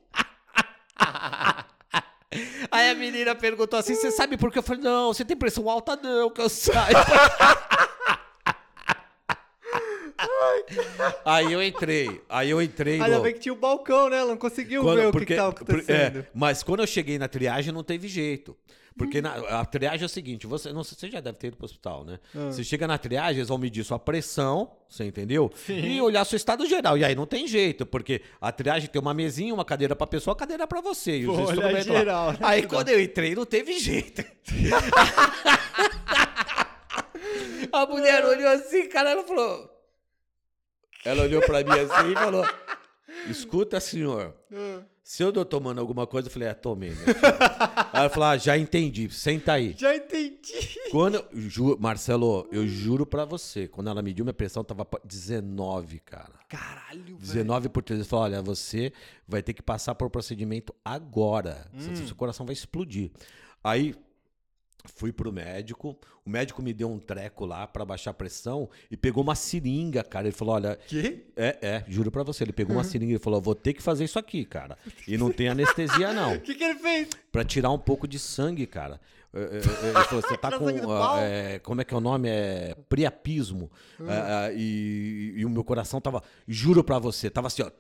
Aí a menina perguntou assim, você sabe por quê? Eu falei, não, você tem pressão alta? Não, que eu saiba. Aí eu entrei.
Ainda bem que tinha o balcão, né? Ela não conseguiu ver o que tava acontecendo.
Mas quando eu cheguei na triagem, não teve jeito. Porque a triagem é o seguinte, você já deve ter ido pro hospital, né? Você chega na triagem, eles vão medir sua pressão, você entendeu?
Sim.
E olhar seu estado geral. E aí não tem jeito, porque a triagem tem uma mesinha, uma cadeira pra pessoa, uma cadeira pra você. E os instrumentos
geral,
lá. Aí quando eu entrei, não teve jeito. A mulher olhou assim, cara, ela falou... Ela olhou pra mim assim e falou... Escuta, senhor... Se eu tô tomando alguma coisa, eu falei, tomei, né? Aí ela falou, já entendi, senta aí.
Já entendi.
Marcelo, eu juro pra você, quando ela mediu minha pressão, tava 19, cara.
Caralho,
19 por 13. Ela falou, olha, você vai ter que passar por um procedimento agora. Seu coração vai explodir. Aí, Fui pro médico, o médico me deu um treco lá pra baixar a pressão e pegou uma seringa, cara. Ele falou, olha...
Que?
Juro pra você. Ele pegou uma seringa e falou, vou ter que fazer isso aqui, cara. E não tem anestesia, não.
O que ele fez?
Pra tirar um pouco de sangue, cara. Ele falou, você tá com... como é que é o nome? Priapismo. E o meu coração tava... Juro pra você, tava assim, ó...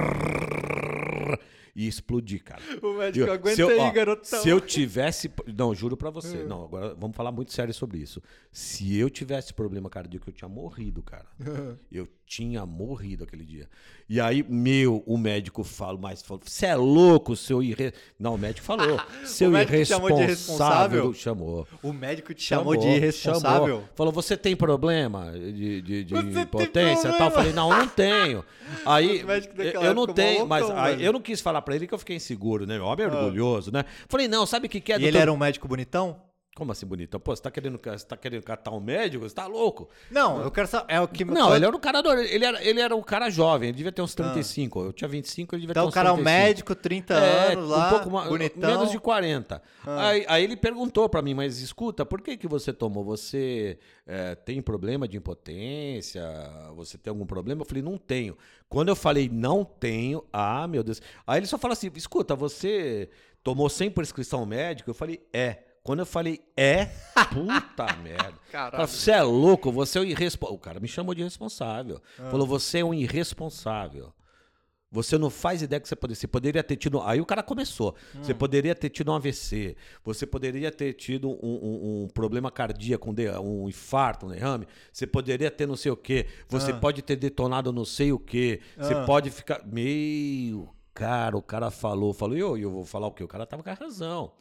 E explodir, cara.
O médico aguenta aí, garotão.
Se eu tivesse... Não, juro pra você. Não, agora vamos falar muito sério sobre isso. Se eu tivesse problema cardíaco, eu tinha morrido, cara. Eu tinha morrido aquele dia. E aí, o médico falou, você é louco, seu irresponsável. Não, o médico falou. Seu irresponsável. Chamou.
O médico te chamou de irresponsável?
Chamou. Falou, você tem problema de impotência e tal? Eu falei, não tenho. Aí, eu não tenho, mas aí, eu não quis falar pra ele que eu fiquei inseguro, né? Meu homem é orgulhoso, né? Falei, não, sabe o que é?
E ele era um médico bonitão?
Como assim bonitão? Pô, você tá querendo catar um médico? Você tá louco?
Não, eu quero saber. É o que...
Não, ele era um cara ele era um cara jovem, ele devia ter uns 35. Eu tinha 25, ele devia ter uns 35. Então o cara
é um médico, 30 anos lá,
um pouco mais,
bonitão.
Menos de 40. Aí ele perguntou pra mim, mas escuta, por que você tomou? Você tem problema de impotência? Você tem algum problema? Eu falei, não tenho. Quando eu falei, não tenho, meu Deus. Aí ele só fala assim, escuta, você tomou sem prescrição médica? Eu falei, Quando eu falei puta merda. Caralho. Você é louco, você é um irresponsável. O cara me chamou de irresponsável. Falou, você é um irresponsável. Você não faz ideia que você poderia ter tido... Aí o cara começou. Você poderia ter tido um AVC. Você poderia ter tido um problema cardíaco, um infarto, um derrame. Você poderia ter não sei o quê. Você pode ter detonado não sei o quê. Você pode ficar... Cara, o cara falou. E eu vou falar o quê? O cara tava com a razão.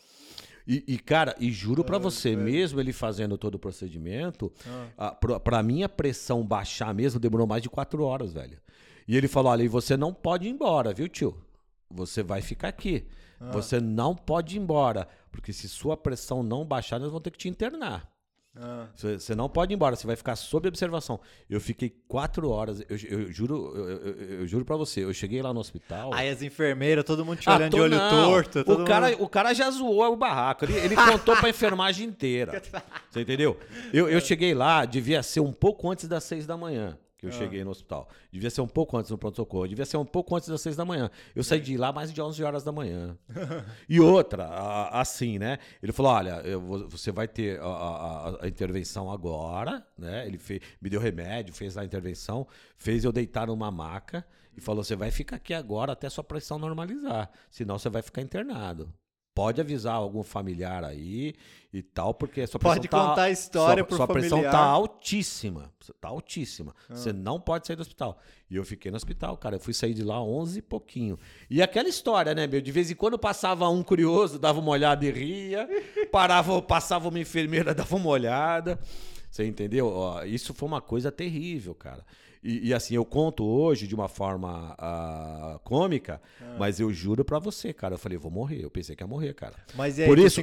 Cara, juro pra você, mesmo ele fazendo todo o procedimento, pra minha pressão baixar mesmo, demorou mais de 4 horas, velho. E ele falou, olha, você não pode ir embora, viu, tio? Você vai ficar aqui. Você não pode ir embora, porque se sua pressão não baixar, nós vamos ter que te internar. Você não pode ir embora, você vai ficar sob observação. Eu fiquei 4 horas, eu juro pra você, eu cheguei lá no hospital...
Aí as enfermeiras, todo mundo te olhando de olho torto.
O cara já zoou o barraco, ele contou pra enfermagem inteira. Você entendeu? Eu cheguei lá, devia ser um pouco antes das 6 da manhã. Que eu cheguei no hospital. Devia ser um pouco antes no pronto-socorro. Devia ser um pouco antes das 6 da manhã. Eu saí de lá mais de 11 horas da manhã. E outra, assim, né? Ele falou, olha, você vai ter a intervenção agora, né? Ele me deu remédio, fez a intervenção, fez eu deitar numa maca e falou, você vai ficar aqui agora até sua pressão normalizar. Senão você vai ficar internado. Pode avisar algum familiar aí e tal, porque sua pressão
pode contar a história pro familiar.
Sua pressão tá altíssima. Tá altíssima. Você não pode sair do hospital. E eu fiquei no hospital, cara. Eu fui sair de lá 11 e pouquinho. E aquela história, né, meu? De vez em quando passava um curioso, dava uma olhada e ria. Passava uma enfermeira, dava uma olhada. Você entendeu? Isso foi uma coisa terrível, cara. E assim, eu conto hoje de uma forma cômica, mas eu juro pra você, cara. Eu falei, vou morrer. Eu pensei que ia morrer, cara.
Mas e aí,
por isso,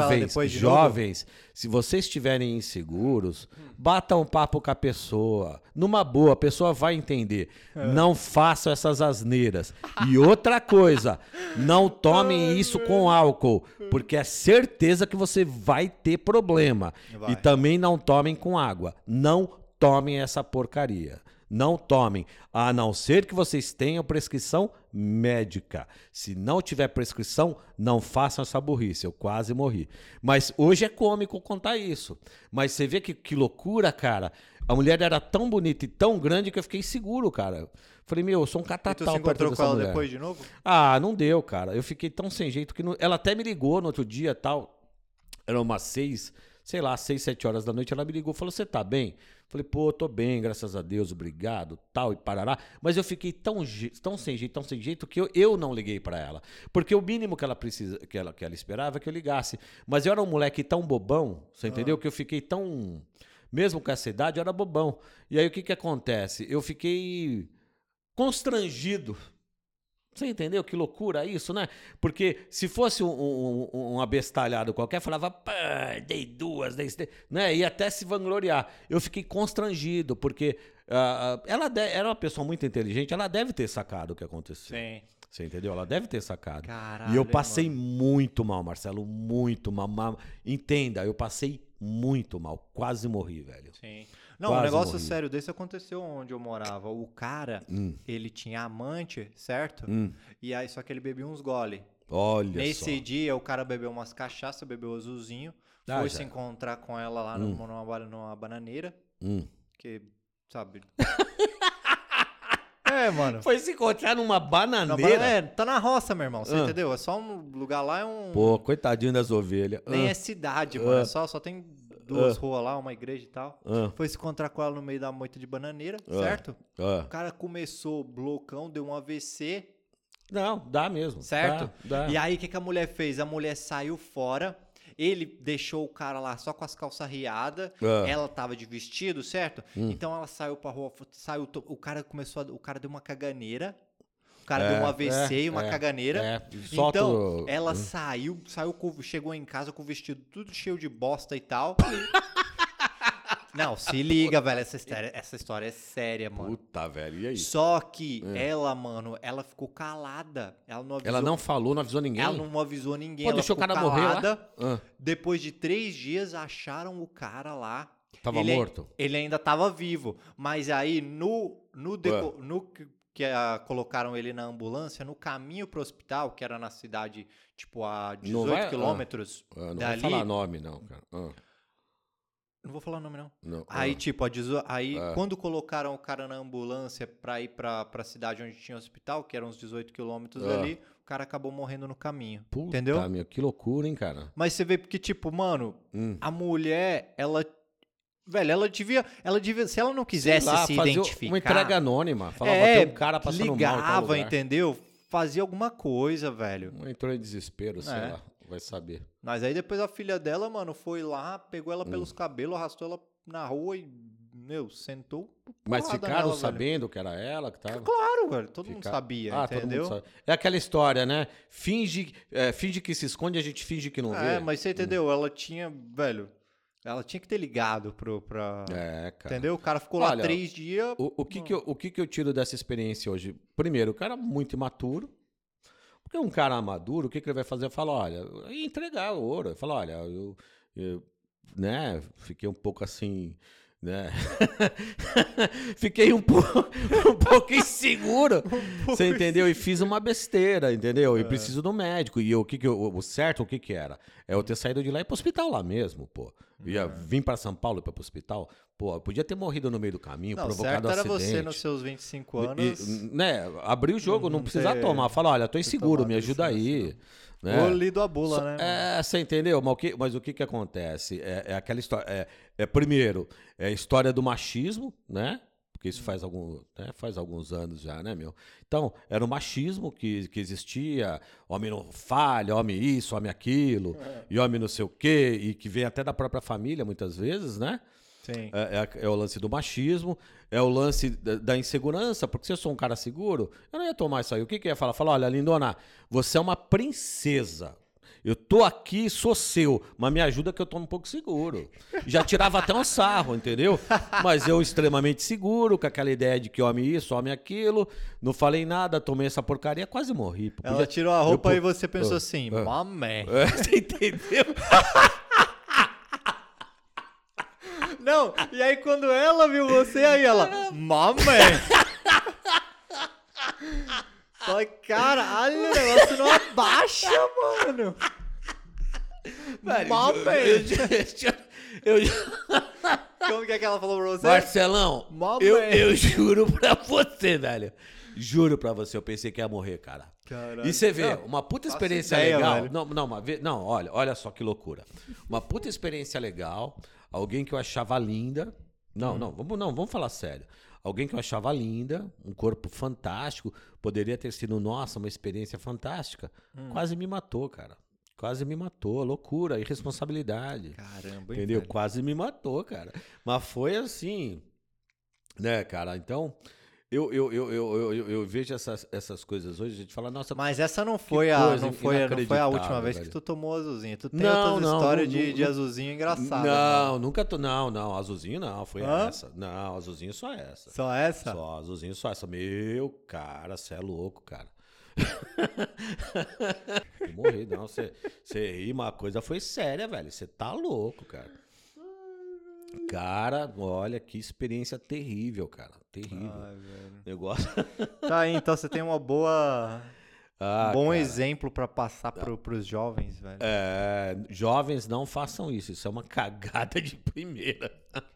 jovens, se vocês estiverem inseguros, bata um papo com a pessoa. Numa boa, a pessoa vai entender. Não façam essas asneiras. E outra coisa, não tomem isso com álcool, porque é certeza que você vai ter problema. E também não tomem com água. Não tomem essa porcaria. Não tomem, a não ser que vocês tenham prescrição médica. Se não tiver prescrição, não façam essa burrice. Eu quase morri. Mas hoje é cômico contar isso. Mas você vê que loucura, cara. A mulher era tão bonita e tão grande que eu fiquei seguro, cara. Falei, eu sou um catatal.
E tu se encontrou com ela depois de novo?
Não deu, cara. Eu fiquei tão sem jeito que... Ela até me ligou no outro dia, tal. Era umas 6, 7 horas da noite. Ela me ligou, falou, você tá bem? Falei, tô bem, graças a Deus, obrigado, tal, e parará. Mas eu fiquei tão sem jeito, que eu não liguei pra ela. Porque o mínimo que ela esperava é que eu ligasse. Mas eu era um moleque tão bobão, você entendeu? Que eu fiquei tão... Mesmo com essa idade, eu era bobão. E aí o que acontece? Eu fiquei constrangido. Você entendeu? Que loucura isso, né? Porque se fosse um abestalhado qualquer, falava, dei 2, né? Ia até se vangloriar. Eu fiquei constrangido, porque ela era uma pessoa muito inteligente, ela deve ter sacado o que aconteceu.
Sim.
Você entendeu? Ela deve ter sacado.
Caralho,
e eu passei muito mal, Marcelo, muito mal. Entenda, eu passei muito mal. Quase morri, velho.
Sim. Não,
Quase
um negócio
morri.
sério desse aconteceu onde eu morava. O cara, ele tinha amante, certo? E aí, só que ele bebia uns gole.
Olha
Nesse
só.
dia, o cara bebeu umas cachaças, bebeu azulzinho, foi se encontrar com ela lá numa bananeira, que, sabe... mano.
Foi se encontrar numa bananeira?
Tá na roça, meu irmão, você entendeu? É só um lugar lá, é um...
Pô, coitadinho das ovelhas.
Nem é cidade, mano, só tem 2 ruas lá, uma igreja e tal. Foi se encontrar com ela no meio da moita de bananeira, certo? O cara começou blocão, deu um AVC...
Não, dá mesmo.
Certo?
Dá.
E aí, o que a mulher fez? A mulher saiu fora, ele deixou o cara lá só com as calças riadas, ela tava de vestido, certo? Então ela saiu pra rua, o cara deu uma caganeira, o cara deu um AVC e uma caganeira. Então, ela saiu, chegou em casa com o vestido tudo cheio de bosta e tal. Não, se liga, velho, essa história é séria, mano.
Puta, velho, e aí?
Só que ela, mano, ela ficou calada. Ela não avisou.
Ela não falou, não avisou ninguém?
Ela não avisou ninguém.
Pô,
ela
deixou o cara
calada.
morrer lá?
Depois de 3 dias, acharam o cara lá.
Tava morto?
Ele ainda tava vivo. Mas aí, colocaram ele na ambulância, no caminho pro hospital, que era na cidade, tipo, a 18 quilômetros
não
dali.
vai falar nome, não, cara.
Não vou falar o nome, não.
Não.
Aí, tipo, quando colocaram o cara na ambulância pra ir pra cidade onde tinha o hospital, que eram uns 18 quilômetros ali, o cara acabou morrendo no caminho.
Puta,
entendeu?
Meu, que loucura, hein, cara?
Mas você vê porque, tipo, mano, a mulher, velho, ela devia, se ela não quisesse se identificar...
Uma entrega anônima. Falava, tem um cara passando mal.
Ligava, entendeu? Fazia alguma coisa, velho.
Entrou em desespero, sei lá. Vai saber.
Mas aí depois a filha dela, mano, foi lá, pegou ela pelos cabelos, arrastou ela na rua e, sentou.
Mas ficaram sabendo que era ela que tava?
Claro, velho. Todo mundo sabia, entendeu?
Todo mundo sabe. É aquela história, né? Finge que se esconde, a gente finge que não vê.
Mas você entendeu? Ela tinha, velho... Ela tinha que ter ligado pra...
cara.
Entendeu? O cara ficou lá 3 dias...
O que eu tiro dessa experiência hoje? Primeiro, o cara é muito imaturo. Porque um cara maduro, o que ele vai fazer? Fala, olha, entregar o ouro. Fala, olha, eu né, fiquei um pouco assim, né? Fiquei um pouco inseguro, você entendeu? E fiz uma besteira, entendeu? E preciso do médico. E o certo, o que era? É eu ter saído de lá e ir pro hospital lá mesmo, pô. Ia vir para São Paulo para o hospital, pô, eu podia ter morrido no meio do caminho, provocado
certo
acidente.
Era você nos seus 25 anos.
Né, abrir o jogo, não precisar tomar. Fala, olha, tô inseguro, me ajuda aí. Né?
Ou lido a bula, né?
Você entendeu? Mas o que acontece? É aquela história. Primeiro, é a história do machismo, né? Porque isso faz alguns anos já, né, meu? Então, era o machismo que existia, homem não falha, homem isso, homem aquilo, e homem não sei o quê, e que vem até da própria família, muitas vezes, né?
Sim.
É o lance do machismo, é o lance da insegurança, porque se eu sou um cara seguro, eu não ia tomar isso aí. O que ia falar? Falar, olha, lindona, você é uma princesa. Eu tô aqui, sou seu, mas me ajuda que eu tô um pouco seguro. Já tirava até um sarro, entendeu? Mas eu extremamente seguro, com aquela ideia de que homem isso, homem aquilo, não falei nada, tomei essa porcaria, quase morri.
Ela tirou a roupa e você pensou assim, mamé.
Você entendeu?
Não, e aí quando ela viu você, aí ela, mamé. Falei, caralho, o negócio não abaixa, mano. Mamé. Como que é que ela falou pra você?
Marcelão, eu juro pra você, velho. Juro pra você, eu pensei que ia morrer, cara.
Caralho.
E você vê, uma puta experiência legal. Não, olha só que loucura. Uma puta experiência legal, alguém que eu achava linda. Vamos falar sério. Alguém que eu achava linda, um corpo fantástico, poderia ter sido, nossa, uma experiência fantástica. Quase me matou, cara. Quase me matou. Loucura, irresponsabilidade.
Caramba,
entendeu?
Velho.
Quase me matou, cara. Mas foi assim, né, cara? Então, eu vejo essas coisas hoje, a gente fala, nossa...
Mas essa não foi a última vez que tu tomou azulzinho. Tu tem outras histórias de azulzinho engraçado.
Nunca tô... Não, azulzinho não, foi essa. Não, azulzinho só essa.
Só essa?
Só azulzinho, só essa. Meu, cara, você é louco, cara. Eu morri, não. Você ri, uma coisa foi séria, velho. Você tá louco, cara. Cara, olha que experiência terrível, cara. Terrível.
Ai, velho.
Negócio.
Tá aí, então você tem um bom
Cara.
exemplo pra passar pros jovens, velho.
Jovens, não façam isso. Isso é uma cagada de primeira.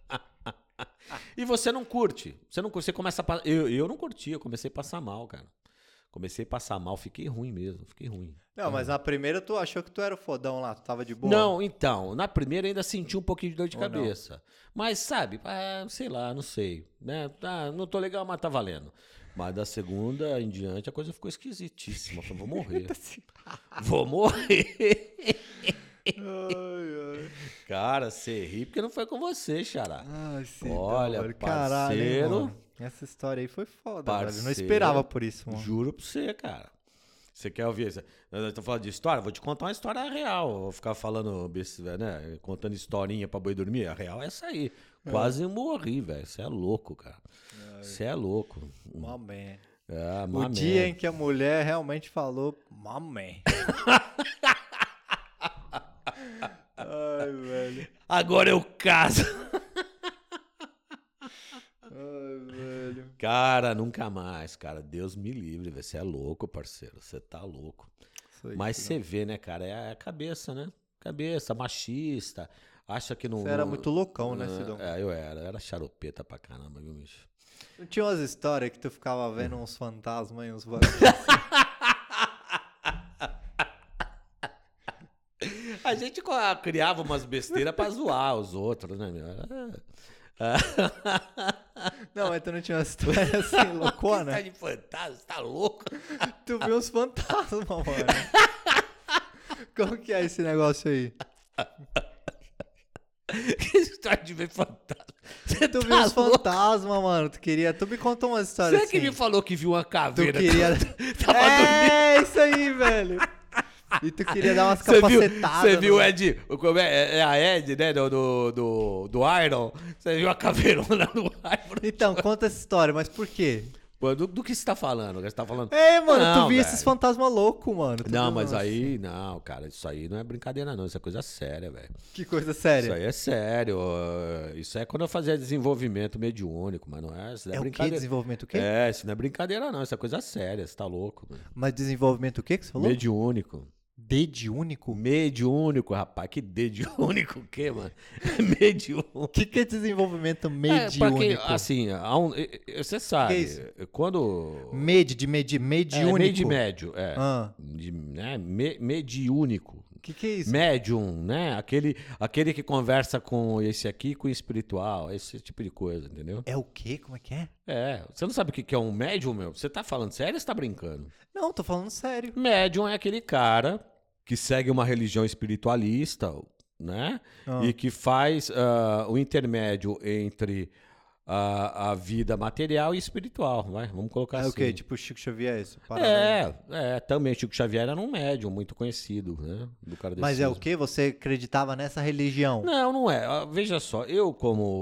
E você não curte. Você começa a. Eu não curti, eu comecei a passar mal, cara. Comecei a passar mal, fiquei ruim mesmo, fiquei ruim.
Não, mas na primeira tu achou que tu era o fodão lá, tu tava de boa?
Não, então, na primeira ainda senti um pouquinho de dor de
Ou
cabeça. Mas, sabe, sei lá, não sei. Né? Não tô legal, mas tá valendo. Mas da segunda em diante a coisa ficou esquisitíssima. Eu falei, vou morrer. Vou morrer.
Ai,
Cara, você ri porque não foi com você, Xará.
ai, sim,
Olha,
caralho, hein,
parceiro.
mano. Essa história aí foi foda, velho. Eu não
Parceiro,
esperava por isso, mano.
Juro pra você, cara. Você quer ouvir? Nós estamos falando de história? Vou te contar uma história real. Vou ficar falando, né? Contando historinha pra boi dormir. A real é essa aí. Quase morri, velho. Você é louco, cara. Você é louco.
Mamé.
É,
O dia em que a mulher realmente falou mamé. Ai, velho.
Agora eu caso.
Ai, velho.
Cara, nunca mais, cara. Deus me livre, velho. Você é louco, parceiro. Você tá louco. Mas você vê, né, cara? É a cabeça, né? Cabeça, machista. Acha que não.
Você era muito loucão, né, Sidão?
Eu era charopeta pra caramba, viu, bicho?
Não tinha umas histórias que tu ficava vendo uns fantasmas e uns bagulhos?
A gente criava umas besteiras pra zoar os outros, né, meu?
Não, mas tu não tinha uma história assim, loucona?
Tá de fantasma, você tá louco?
Tu viu uns fantasmas, mano. Como que é esse negócio aí?
Que história de ver fantasma?
Tu viu uns fantasmas, mano. Tu me contou uma história
Você
assim.
que me falou que viu uma
Tu
caveira.
queria... Isso aí, velho. E tu queria dar umas capacetadas.
Você viu o Ed, é a Ed, né, do Iron? Você viu a caveirona do Iron?
Então, conta essa história, mas por quê?
Do que você tá falando? Você tá falando...
Mano,
Não,
tu viu
velho.
esses fantasmas loucos, mano.
Não, mas aí, não, cara, isso aí não é brincadeira, não. Isso é coisa séria, velho.
Que coisa séria.
Isso aí é sério. Isso é quando eu fazia desenvolvimento mediúnico, mas não é. Isso não é
É o quê?
brincadeira.
Desenvolvimento o quê?
Isso não é brincadeira, não. Isso é coisa séria. Você tá louco, mano.
Mas desenvolvimento o quê que você falou?
Mediúnico.
Dediúnico?
Mediúnico, rapaz. Que dediúnico o quê, mano? Mediúnico.
O que é desenvolvimento
Pra
mediúnico?
quem, assim, você sabe.
Que é isso?
Quando.
Mediúnico?
Meio de médio,
Ah.
Né? Mediúnico.
O que é isso?
Médium, né? Aquele que conversa com esse aqui, com o espiritual, esse tipo de coisa, entendeu?
É o quê? Como é que é?
Você não sabe o que é um médium, meu? Você tá falando sério ou você tá brincando?
Não, tô falando sério.
Médium é aquele cara que segue uma religião espiritualista, né?
Ah.
E que faz o intermédio entre a vida material e espiritual, vai? Vamos colocar
É
assim.
o quê? Tipo Chico Xavier, isso?
Também Chico Xavier era um médium muito conhecido, né? Do cara
Mas é o quê? Você acreditava nessa religião?
Não é. Veja só, eu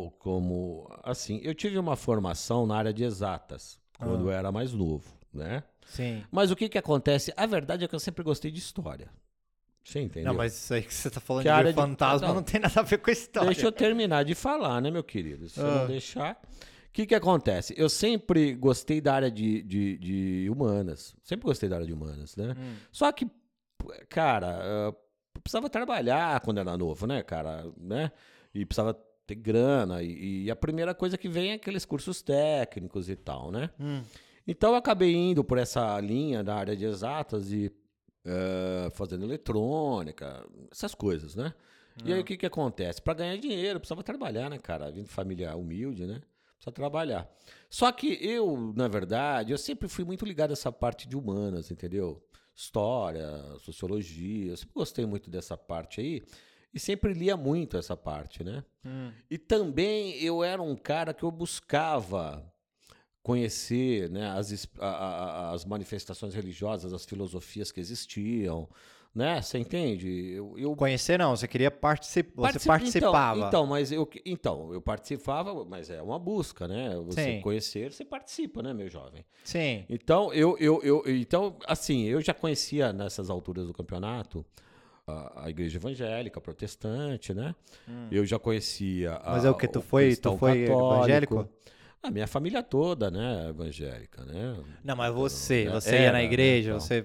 assim, eu tive uma formação na área de exatas, quando eu era mais novo, né?
Sim.
Mas o que acontece? A verdade é que eu sempre gostei de história. Você entendeu?
Não, mas isso aí que você tá falando
Que a
de
área
ver
de-
fantasma
Não.
não tem nada a ver com a história.
Deixa eu terminar de falar, né, meu querido? Se eu não deixar... O que acontece? Eu sempre gostei da área de humanas. Sempre gostei da área de humanas, né? Só que, cara, eu precisava trabalhar quando era novo, né, cara? Né? E precisava ter grana. E a primeira coisa que vem é aqueles cursos técnicos e tal, né? Então eu acabei indo por essa linha da área de exatas e fazendo eletrônica, essas coisas, né? E aí o que acontece? Para ganhar dinheiro, eu precisava trabalhar, né, cara? Vindo de família humilde, né? Precisa trabalhar. Só que eu, na verdade, eu sempre fui muito ligado a essa parte de humanas, entendeu? História, sociologia, eu sempre gostei muito dessa parte aí e sempre lia muito essa parte, né? E também eu era um cara que eu buscava conhecer, né, as manifestações religiosas, as filosofias que existiam, né? Você entende?
Conhecer não, você queria participar. Você participava.
Então, eu participava, mas é uma busca, né? Você conhecer, você participa, né, meu jovem?
Sim.
Então, então, assim, eu já conhecia nessas alturas do campeonato a igreja evangélica, a protestante, né? Eu já conhecia
Mas é o que? Tu foi
católico,
evangélico?
A minha família toda, né, evangélica, né?
Não, mas você ia na igreja,
né,
você...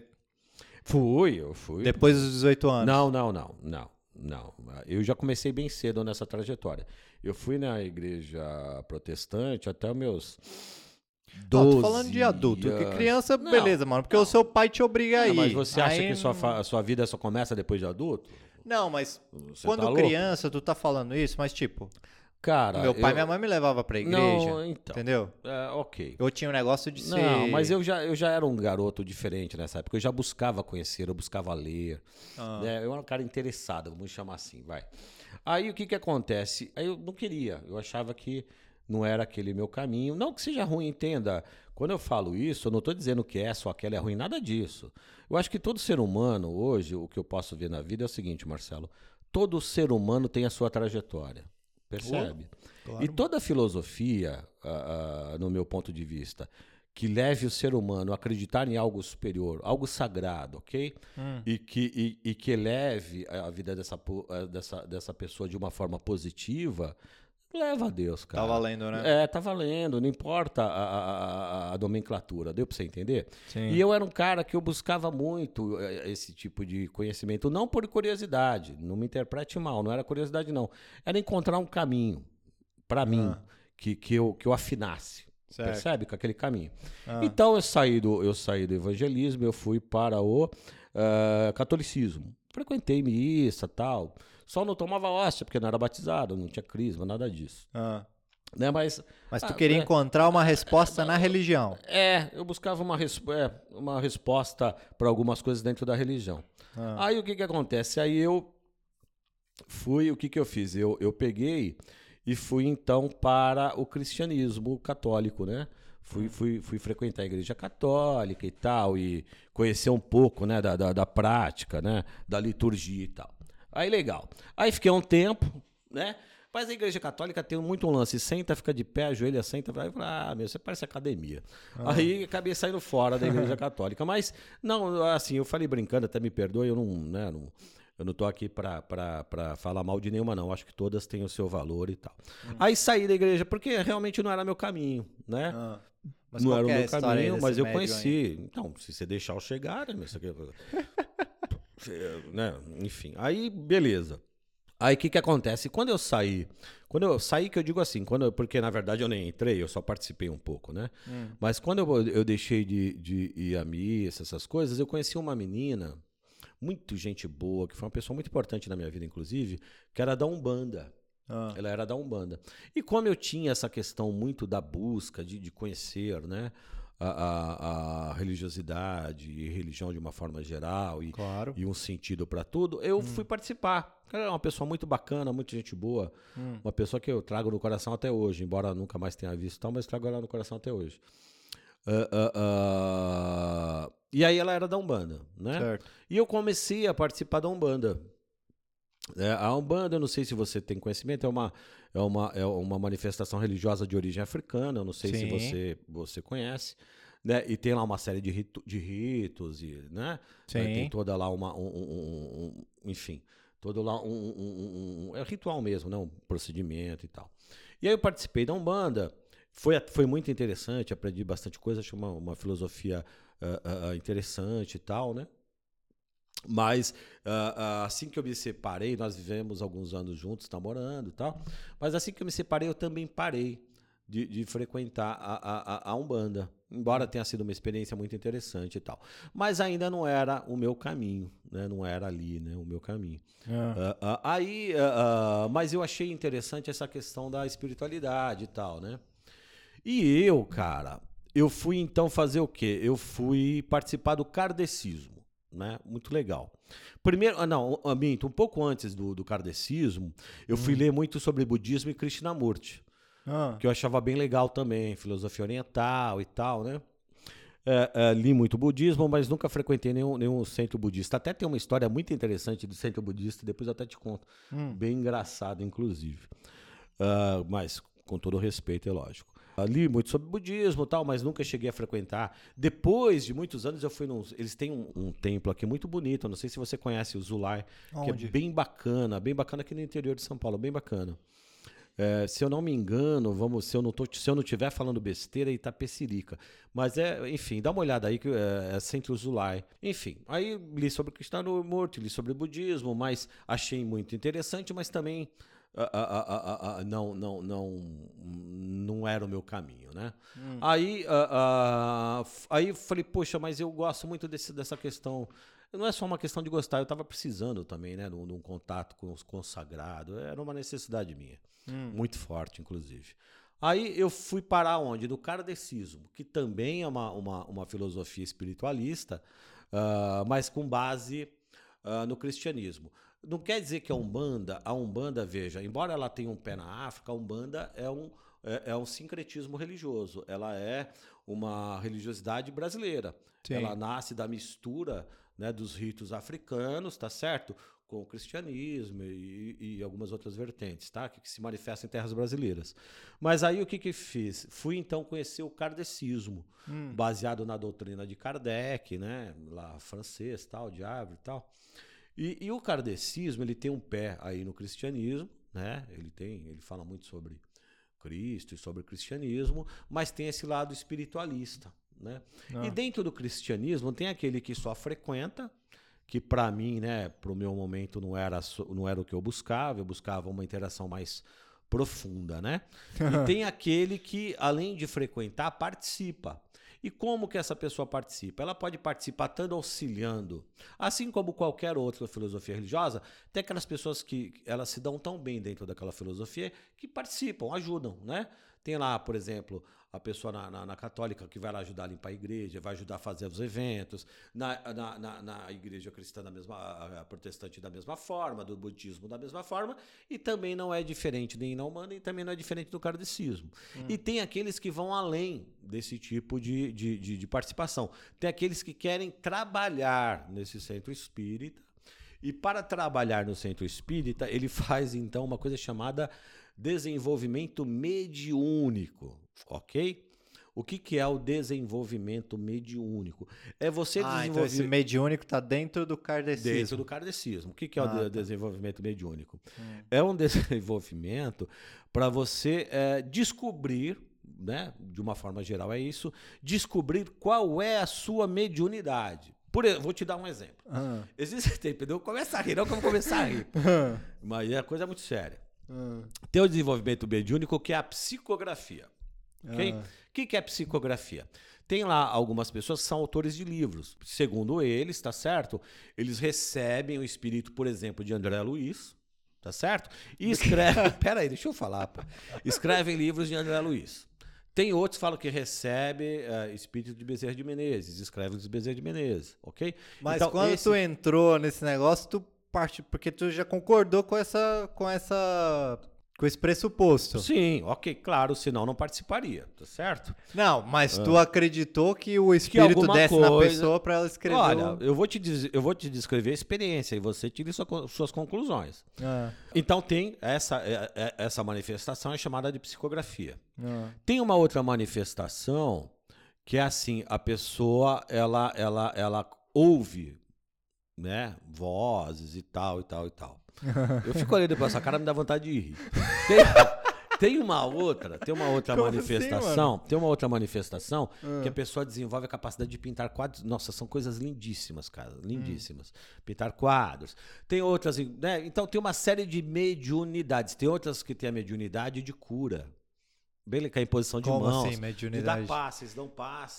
Eu fui.
Depois dos 18 anos?
Não. Eu já comecei bem cedo nessa trajetória. Eu fui na igreja protestante até os meus 12
tô falando de adulto, que criança,
não,
beleza, mano, porque o seu pai te obriga a ir.
Mas você acha que sua vida só começa depois de adulto?
Não, mas
Você
quando
tá
criança, tu tá falando isso, mas tipo...
Cara,
meu pai e minha mãe me levavam pra igreja,
não, então,
entendeu?
Ok.
Eu tinha um negócio de ser...
Não, mas eu já era um garoto diferente nessa época. Eu já buscava conhecer, eu buscava ler. Né? Eu era um cara interessado, vamos chamar assim, vai. Aí o que acontece? Aí eu não queria, eu achava que não era aquele meu caminho. Não que seja ruim, entenda. Quando eu falo isso, eu não estou dizendo que essa ou aquela é ruim, nada disso. Eu acho que todo ser humano, hoje, o que eu posso ver na vida é o seguinte, Marcelo. Todo ser humano tem a sua trajetória. Percebe?
Claro.
E toda filosofia, no meu ponto de vista, que leve o ser humano a acreditar em algo superior, algo sagrado, ok? E que eleve a vida dessa pessoa de uma forma positiva, leva a Deus, cara.
Tá valendo, né?
Tá valendo, não importa a nomenclatura, deu pra você entender?
Sim.
E eu era um cara que eu buscava muito esse tipo de conhecimento, não por curiosidade, não me interprete mal, não era curiosidade não, era encontrar um caminho para mim, que eu afinasse, certo. Percebe? Com aquele caminho. Então eu saí do evangelismo, eu fui para o catolicismo, frequentei missa, tal. Só não tomava hóstia, porque não era batizado, não tinha crisma, nada disso. Né? Mas
tu queria encontrar uma resposta na religião.
Eu buscava uma resposta para algumas coisas dentro da religião. Aí o que acontece? Aí eu fui, o que eu fiz? Eu peguei e fui então para o cristianismo católico, né? Fui frequentar a igreja católica e tal, e conhecer um pouco, né, da prática, né, da liturgia e tal. Aí legal. Aí fiquei um tempo, né? Mas a igreja católica tem muito um lance. Senta, fica de pé, ajoelha, senta, vai falar, você parece academia. Aí acabei saindo fora da igreja católica. Mas, não, assim, eu falei brincando, até me perdoe, eu não tô aqui pra falar mal de nenhuma, não. Acho que todas têm o seu valor e tal. Aí saí da igreja, porque realmente não era meu caminho, né?
Mas
não era o meu caminho, mas eu conheci.
Aí?
Então, se você deixar eu chegar, né? Isso aqui... né? Enfim, aí beleza. Aí o que acontece? Quando eu saí, que eu digo assim, porque na verdade eu nem entrei, eu só participei um pouco, né? Mas quando eu deixei de ir à missa, essas coisas, eu conheci uma menina, muito gente boa, que foi uma pessoa muito importante na minha vida, inclusive, que era da Umbanda. Ela era da Umbanda. E como eu tinha essa questão muito da busca, de conhecer, né? A religiosidade e religião de uma forma geral e um sentido para tudo, eu fui participar. Ela é uma pessoa muito bacana, muita gente boa, uma pessoa que eu trago no coração até hoje, embora nunca mais tenha visto tal, mas trago ela no coração até hoje. E aí ela era da Umbanda, né?
Certo.
E eu comecei a participar da Umbanda. A Umbanda, eu não sei se você tem conhecimento, é uma manifestação religiosa de origem africana, eu não sei se você conhece, né? E tem lá uma série de ritos, né? Tem toda lá enfim, todo lá é ritual mesmo, né? Um procedimento e tal. E aí eu participei da Umbanda, foi muito interessante, aprendi bastante coisa, achei uma filosofia interessante e tal, né? Mas assim que eu me separei, nós vivemos alguns anos juntos, namorando e tal, mas assim que eu me separei, eu também parei de frequentar a Umbanda, embora tenha sido uma experiência muito interessante e tal. Mas ainda não era o meu caminho, né? Não era ali, né, o meu caminho. Mas eu achei interessante essa questão da espiritualidade e tal, né? E eu, cara, eu fui então fazer o quê? Eu fui participar do kardecismo. Né? Muito legal. Primeiro, um pouco antes do kardecismo, eu fui ler muito sobre budismo e Krishnamurti. que eu achava bem legal também, filosofia oriental e tal, né? Li muito budismo, mas nunca frequentei nenhum centro budista. Até tem uma história muito interessante do centro budista, depois eu até te conto. Bem engraçado, inclusive. Mas com todo respeito, é lógico. Li muito sobre budismo e tal, mas nunca cheguei a frequentar. Depois de muitos anos, eu fui eles têm um templo aqui muito bonito, não sei se você conhece o Zulai, que é bem bacana aqui no interior de São Paulo, bem bacana. Se eu não me engano, se eu não estiver falando besteira, é Itapecerica. Mas enfim, dá uma olhada aí, que é Centro Zulai. Enfim, aí li sobre Krishnamurti, li sobre budismo, mas achei muito interessante, mas também não era o meu caminho, né? Aí falei, poxa, mas eu gosto muito dessa questão. Não é só uma questão de gostar, eu estava precisando também, né, de um contato com os consagrados. Era uma necessidade minha, muito forte, inclusive. Aí eu fui parar onde? No kardecismo, que também é uma filosofia espiritualista, mas com base no cristianismo. Não quer dizer que a Umbanda, veja, embora ela tenha um pé na África, a Umbanda é um sincretismo religioso. Ela é uma religiosidade brasileira. Sim. Ela nasce da mistura, né, dos ritos africanos, tá certo? Com o cristianismo e algumas outras vertentes, tá? Que se manifestam em terras brasileiras. Mas aí o que fiz? Fui então conhecer o kardecismo, baseado na doutrina de Kardec, né? Lá francês, tal, de árvore e tal. E o kardecismo, ele tem um pé aí no cristianismo, né? Ele fala muito sobre Cristo e sobre o cristianismo, mas tem esse lado espiritualista, né? E dentro do cristianismo tem aquele que só frequenta, que para mim, né, para o meu momento não era o que eu buscava uma interação mais profunda, né? E tem aquele que, além de frequentar, participa. E como que essa pessoa participa? Ela pode participar tanto auxiliando, assim como qualquer outra filosofia religiosa, tem aquelas pessoas que elas se dão tão bem dentro daquela filosofia que participam, ajudam, né? Tem lá, por exemplo, a pessoa na católica que vai lá ajudar a limpar a igreja, vai ajudar a fazer os eventos, na igreja cristã a protestante da mesma forma, do budismo da mesma forma, e também não é diferente nem na Umbanda e também não é diferente do kardecismo. E tem aqueles que vão além desse tipo de participação. Tem aqueles que querem trabalhar nesse centro espírita, e para trabalhar no centro espírita, ele faz então uma coisa chamada desenvolvimento mediúnico, ok? O que é o desenvolvimento mediúnico? É você desenvolver...
Então esse mediúnico está dentro do kardecismo.
Dentro do kardecismo. O que é o desenvolvimento mediúnico? É um desenvolvimento para você descobrir, né, de uma forma geral é isso, descobrir qual é a sua mediunidade. Vou te dar um exemplo. Existe, entendeu? Começa a rir, não que eu vou começar a rir. Mas é coisa muito séria. Tem o desenvolvimento mediúnico, que é a psicografia. Okay? O que é psicografia? Tem lá algumas pessoas que são autores de livros. Segundo eles, tá certo? Eles recebem o espírito, por exemplo, de André Luiz, tá certo? E escrevem... Peraí, deixa eu falar. Pô. Escrevem livros de André Luiz. Tem outros que falam que recebe espírito de Bezerra de Menezes, escreve de Bezerra de Menezes, ok?
Mas então, quando tu entrou nesse negócio, tu parte, porque tu já concordou com esse pressuposto.
Sim, ok, claro, senão não participaria, tá certo?
Não, mas tu acreditou que o espírito desce na pessoa para ela escrever.
Olha, eu vou te descrever a experiência e você tira suas conclusões. Então tem essa manifestação, é chamada de psicografia. Tem uma outra manifestação que é assim, a pessoa ela ouve, né, vozes e tal. Eu fico olhando pra essa cara, me dá vontade de rir. Tem uma outra manifestação,
assim,
tem uma outra manifestação que a pessoa desenvolve a capacidade de pintar quadros. Nossa, são coisas lindíssimas, cara, lindíssimas. Pintar quadros. Tem outras, né? Então tem uma série de mediunidades. Tem outras que tem a mediunidade de cura. Bem, que é a imposição de
Como
mãos.
assim, mediunidade?
Dá passes, dão passe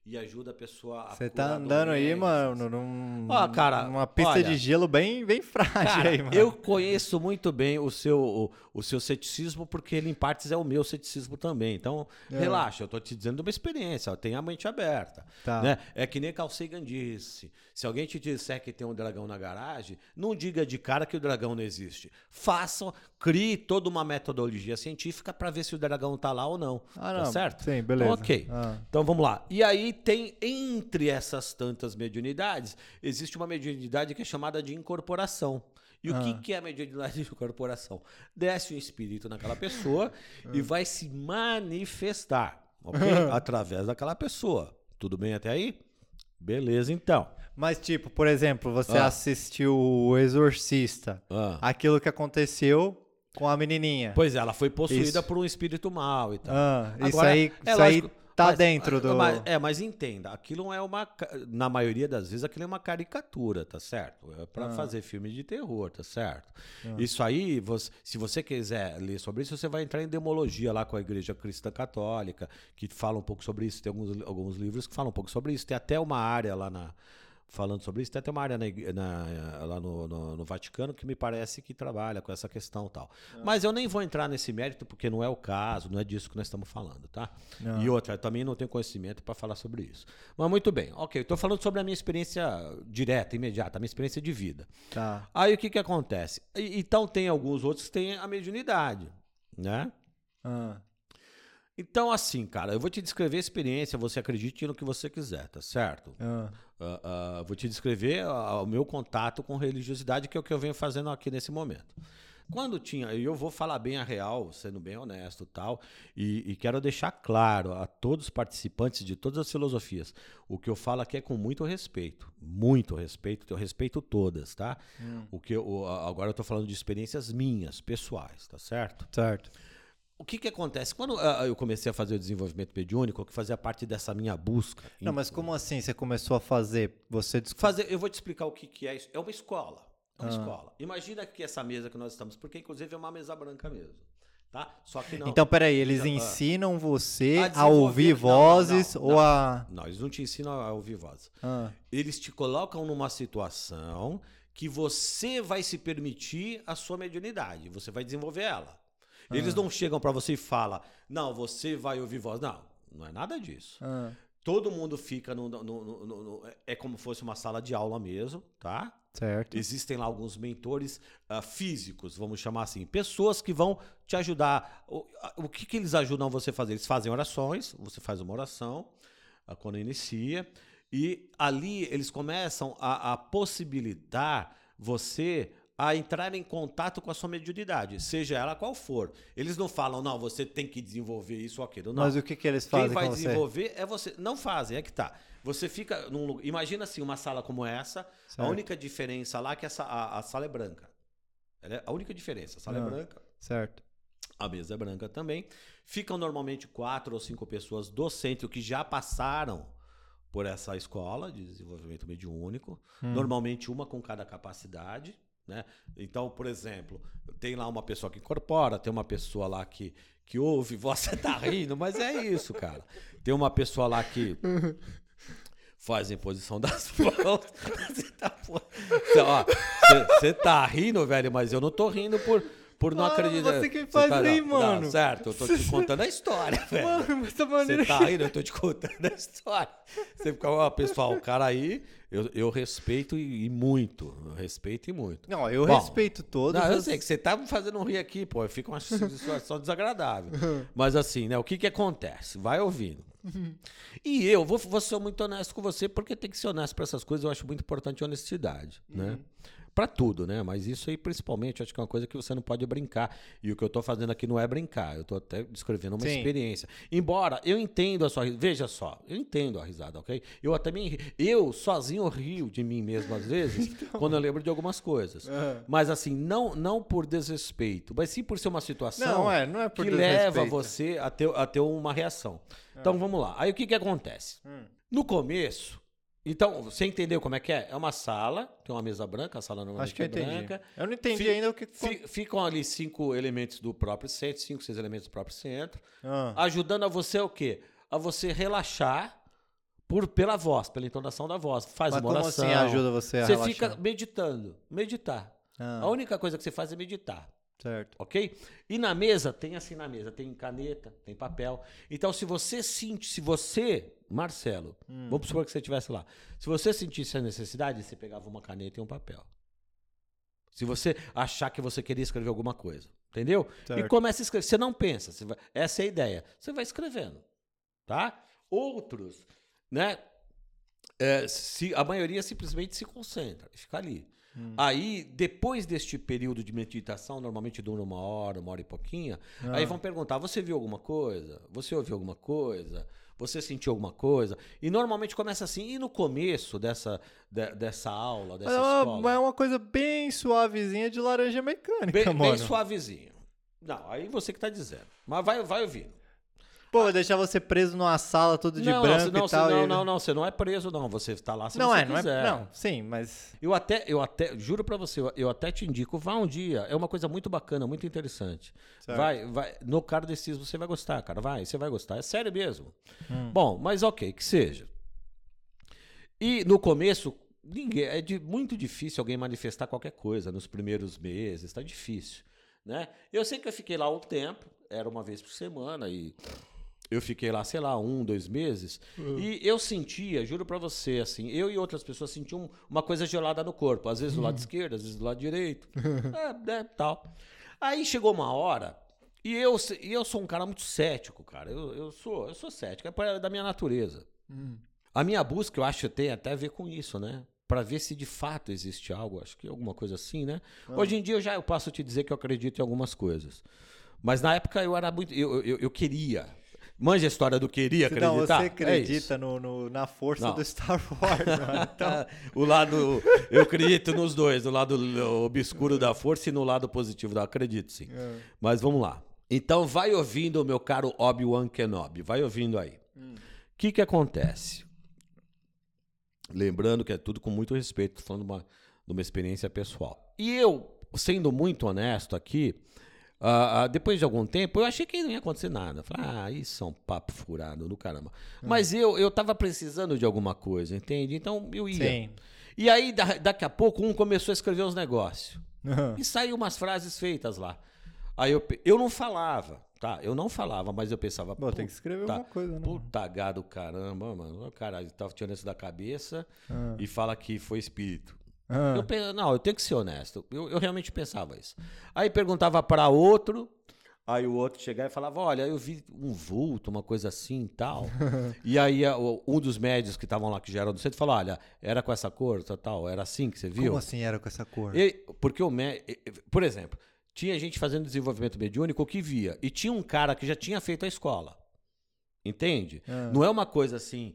e ajuda a pessoa a
Você tá andando aí, mano, numa pista
olha,
de gelo bem frágil
cara,
aí, mano.
eu conheço muito bem o seu ceticismo, porque ele, em partes, é o meu ceticismo também. Então, relaxa, eu tô te dizendo de uma experiência, tenha a mente aberta.
Tá.
Né? É que nem Carl Sagan disse, se alguém te disser que tem um dragão na garagem, não diga de cara que o dragão não existe. Crie toda uma metodologia científica para ver se o dragão tá lá ou não. Tá certo?
Sim, beleza.
Então, ok. Então, vamos lá. E aí tem, entre essas tantas mediunidades, existe uma mediunidade que é chamada de incorporação. E o que é a mediunidade de incorporação? Desce um espírito naquela pessoa e vai se manifestar, ok? Através daquela pessoa. Tudo bem até aí? Beleza, então.
Mas, tipo, por exemplo, você assistiu O Exorcista. Aquilo que aconteceu com a menininha.
Pois é, ela foi possuída por um espírito mau e tal.
Agora, isso aí tá dentro do...
Mas entenda, aquilo não é na maioria das vezes, aquilo é uma caricatura, tá certo? É pra fazer filme de terror, tá certo? Isso aí, se você quiser ler sobre isso, você vai entrar em demologia lá com a Igreja Cristã Católica, que fala um pouco sobre isso. Tem alguns livros que falam um pouco sobre isso. Tem até uma área lá falando sobre isso, tem até uma área lá no Vaticano que me parece que trabalha com essa questão e tal. Mas eu nem vou entrar nesse mérito porque não é o caso, não é disso que nós estamos falando, tá? E outra, eu também não tenho conhecimento para falar sobre isso. Mas muito bem, ok, estou falando sobre a minha experiência direta, imediata, a minha experiência de vida.
Tá.
Aí o que acontece? Então tem alguns outros que têm a mediunidade, né? Então, assim, cara, eu vou te descrever a experiência, você acredite no que você quiser, tá certo? Vou te descrever o meu contato com religiosidade, que é o que eu venho fazendo aqui nesse momento. Eu vou falar bem a real, sendo bem honesto e tal, e quero deixar claro a todos os participantes de todas as filosofias, o que eu falo aqui é com muito respeito, eu respeito todas, tá? Agora eu tô falando de experiências minhas, pessoais, tá certo?
Certo.
O que acontece? Quando eu comecei a fazer o desenvolvimento mediúnico, que fazia parte dessa minha busca...
Não, mas como assim você começou a fazer?
Eu vou te explicar o que é isso. É uma escola. Escola. Imagina que essa mesa que nós estamos, porque inclusive é uma mesa branca mesmo. Tá? Só que não.
Então, peraí, eles ensinam você a ouvir vozes ou a...
Não, eles não te ensinam a ouvir vozes. Eles te colocam numa situação que você vai se permitir a sua mediunidade. Você vai desenvolver ela. Eles não chegam pra você e falam, não, você vai ouvir voz. Não é nada disso. Todo mundo fica é como se fosse uma sala de aula mesmo, tá?
Certo.
Existem lá alguns mentores físicos, vamos chamar assim, pessoas que vão te ajudar. O que eles ajudam você a fazer? Eles fazem orações, você faz uma oração quando inicia, e ali eles começam a possibilitar você a entrar em contato com a sua mediunidade, seja ela qual for. Eles não falam, não, você tem que desenvolver isso ou aquilo. Não.
Mas o que eles fazem?
Quem vai desenvolver é você. Não fazem, é que tá. Você fica num lugar. Imagina assim, uma sala como essa, certo. A única diferença lá é que a sala é branca. A única diferença, a sala é branca.
Certo.
A mesa é branca também. Ficam normalmente 4 ou 5 pessoas do centro que já passaram por essa escola de desenvolvimento mediúnico. Normalmente uma com cada capacidade. Né? Então, por exemplo, tem lá uma pessoa que incorpora, tem uma pessoa lá que ouve, você tá rindo, mas é isso, cara. Tem uma pessoa lá que faz a imposição das mãos. Você tá rindo, velho, mas eu não tô rindo por não acreditar.
Você que faz rir, mano.
Não, certo, eu tô te contando a história, velho. Mano, essa maneira... Você tá rindo, eu tô te contando a história. Você fica, pessoal, o cara aí, eu respeito e muito. Eu respeito e muito.
Não, eu respeito todos.
Não, eu sei que você tá me fazendo rir aqui, pô. Eu fico uma situação desagradável. Mas assim, né, o que acontece? Vai ouvindo. E eu vou ser muito honesto com você, porque tem que ser honesto para essas coisas. Eu acho muito importante a honestidade, né? Para tudo, né? Mas isso aí, principalmente, eu acho que é uma coisa que você não pode brincar. E o que eu tô fazendo aqui não é brincar. Eu tô até descrevendo uma experiência. Embora eu entendo a sua risada. Veja só, eu entendo a risada, ok? Eu sozinho rio de mim mesmo, às vezes, quando eu lembro de algumas coisas. Mas assim, não por desrespeito, mas sim por ser uma situação
não é por
que leva você a ter uma reação. Então, vamos lá. Aí, o que acontece? No começo... Então, você entendeu como é que é? É uma sala, tem uma mesa branca, a sala normalmente é branca.
Eu não entendi ainda o que...
Ficam ali 5 elementos do próprio centro, 5, 6 elementos do próprio centro, ajudando a você o quê? A você relaxar Pela voz, pela entonação da voz. Faz
Mas
uma oração.
como assim ajuda você a
Você
relaxar?
fica meditando. Meditar. A única coisa que você faz é meditar.
Certo.
Ok? E na mesa, tem tem caneta, tem papel. Então, se você, Marcelo, vamos supor que você estivesse lá. Se você sentisse a necessidade, você pegava uma caneta e um papel. Se você achar que você queria escrever alguma coisa. Entendeu?
Certo.
E começa a escrever. Você não pensa. Essa é a ideia. Você vai escrevendo. Tá? Outros, né? A maioria simplesmente se concentra e fica ali. Aí, depois deste período de meditação, normalmente dura uma hora e pouquinho, aí vão perguntar, você viu alguma coisa? Você ouviu alguma coisa? Você sentiu alguma coisa? E normalmente começa assim, e no começo dessa aula, dessa escola?
É uma coisa bem suavezinha de laranja mecânica,
bem suavezinho. Não, aí você que tá dizendo. Mas vai ouvindo.
Pô, vai deixar você preso numa sala tudo de branco e tal.
Não, você não é preso, não. Você tá lá se você quiser.
Não, sim, mas...
Eu até, juro pra você, eu até te indico, vá um dia. É uma coisa muito bacana, muito interessante.
Certo.
Vai, no kardecismo você vai gostar, cara. Você vai gostar. É sério mesmo. Bom, mas ok, que seja. E no começo, muito difícil alguém manifestar qualquer coisa nos primeiros meses, tá difícil, né? Eu sei que eu fiquei lá um tempo, era uma vez por semana e... Eu fiquei lá, sei lá, 1, 2 meses, e eu sentia, juro pra você, assim, eu e outras pessoas sentiam uma coisa gelada no corpo, às vezes do lado esquerdo, às vezes do lado direito, tal. Aí chegou uma hora, e eu sou um cara muito cético, cara, eu sou cético, é da minha natureza. A minha busca, eu acho, tem até a ver com isso, né? Pra ver se de fato existe algo, acho que alguma coisa assim, né? Hoje em dia eu posso te dizer que eu acredito em algumas coisas, mas na época eu era muito, eu queria... Manja a história do queria acreditar?
Não, você acredita na força do Star Wars, mano. Então...
eu acredito nos dois, no lado obscuro da força e no lado positivo acredito, sim. Mas vamos lá. Então vai ouvindo, meu caro Obi-Wan Kenobi, vai ouvindo aí. O que acontece? Lembrando que é tudo com muito respeito, tô falando de uma experiência pessoal. E eu, sendo muito honesto aqui, depois de algum tempo, eu achei que não ia acontecer nada. Falei, isso é um papo furado do caramba. Mas eu tava precisando de alguma coisa, entende? Então eu ia.
Sim.
E aí, daqui a pouco, um começou a escrever uns negócios. E saiu umas frases feitas lá. Aí eu não falava, tá? Eu não falava, mas eu pensava...
Pô, tem que escrever alguma coisa, né?
Puta gado, caramba, mano. O cara tava tirando isso da cabeça e fala que foi espírito. Eu tenho que ser honesto. Eu realmente pensava isso. Aí perguntava para outro, aí o outro chegava e falava, olha, eu vi um vulto, uma coisa assim e tal. E aí um dos médios que estavam lá, que já eram do centro, falou, olha, era com essa cor, tal, era assim que você viu?
Como assim era com essa cor?
Porque por exemplo, tinha gente fazendo desenvolvimento mediúnico que via, e tinha um cara que já tinha feito a escola. Entende? Não é uma coisa assim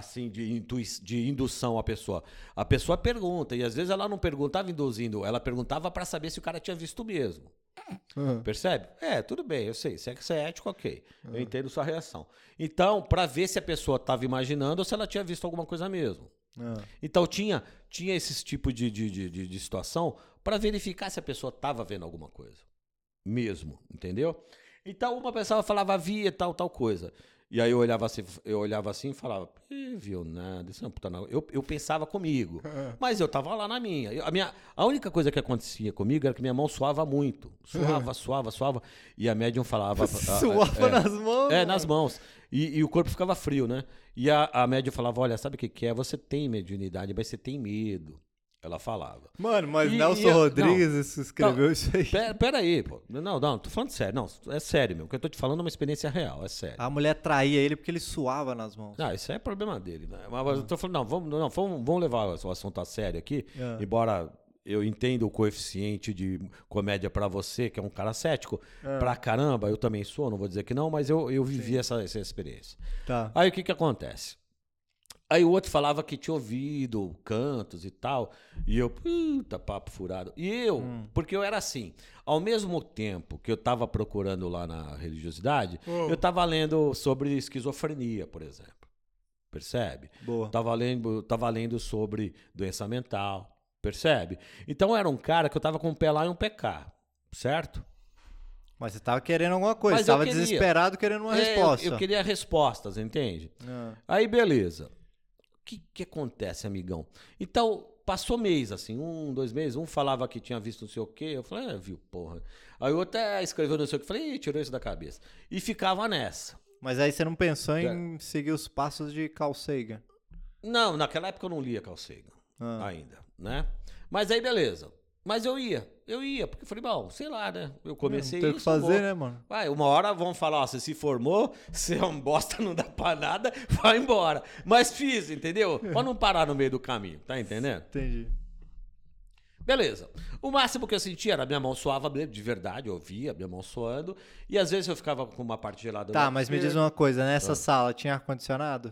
de indução à pessoa. A pessoa pergunta, e às vezes ela não perguntava induzindo, ela perguntava para saber se o cara tinha visto mesmo. Percebe? Tudo bem, eu sei. Se é ético, ok. Eu entendo sua reação. Então, para ver se a pessoa estava imaginando ou se ela tinha visto alguma coisa mesmo. Então, tinha esse tipo de situação para verificar se a pessoa estava vendo alguma coisa. Mesmo, entendeu? Então, uma pessoa falava, via tal coisa. E aí eu olhava assim e falava, viu nada, isso é uma puta nada. Eu pensava comigo, mas eu tava lá na minha. A única coisa que acontecia comigo era que minha mão suava muito. Suava. E a médium falava...
Suava nas mãos?
Nas mãos. E o corpo ficava frio, né? E a médium falava, olha, sabe o que é? Você tem mediunidade, mas você tem medo. Ela falava.
Mano, mas Nelson Rodrigues escreveu isso aí.
Pera aí, pô. Não, tô falando sério. Não, é sério, meu. O que eu tô te falando é uma experiência real, é sério.
A mulher traía ele porque ele suava nas mãos.
Não, isso é problema dele, né? Mas eu tô falando, vamos levar o assunto a sério aqui, embora eu entenda o coeficiente de comédia pra você, que é um cara cético, pra caramba, eu também sou, não vou dizer que não, mas eu vivi essa experiência.
Tá.
Aí o que acontece? Aí o outro falava que tinha ouvido cantos e tal. E eu, puta, papo furado. E porque eu era assim, ao mesmo tempo que eu estava procurando lá na religiosidade, eu estava lendo sobre esquizofrenia, por exemplo. Percebe?
Boa.
Tava lendo sobre doença mental. Percebe? Então eu era um cara que eu estava com um pé lá e um pé cá. Certo?
Mas você estava querendo alguma coisa, você estava desesperado querendo uma resposta.
Eu queria respostas, entende? Aí beleza. que acontece, amigão? Então, passou mês, assim, 2 meses, um falava que tinha visto não sei o quê, eu falei, viu, porra. Aí o outro escreveu não sei o que, falei, tirou isso da cabeça. E ficava nessa.
Mas aí você não pensou em seguir os passos de Carl Sagan?
Não, naquela época eu não lia Carl Sagan ainda, né? Mas aí, beleza. Mas eu ia, porque eu falei, bom, sei lá, né? Eu comecei
isso. Tem o que fazer, né, mano?
Vai, uma hora vão falar, ó, você se formou, você é um bosta, não dá pra nada, vai embora. Mas fiz, entendeu? Pra não parar no meio do caminho, tá entendendo?
Entendi.
Beleza. O máximo que eu sentia era minha mão suava de verdade, eu via minha mão suando, e às vezes eu ficava com uma parte gelada.
Tá, mas me diz uma coisa, nessa sala tinha ar-condicionado?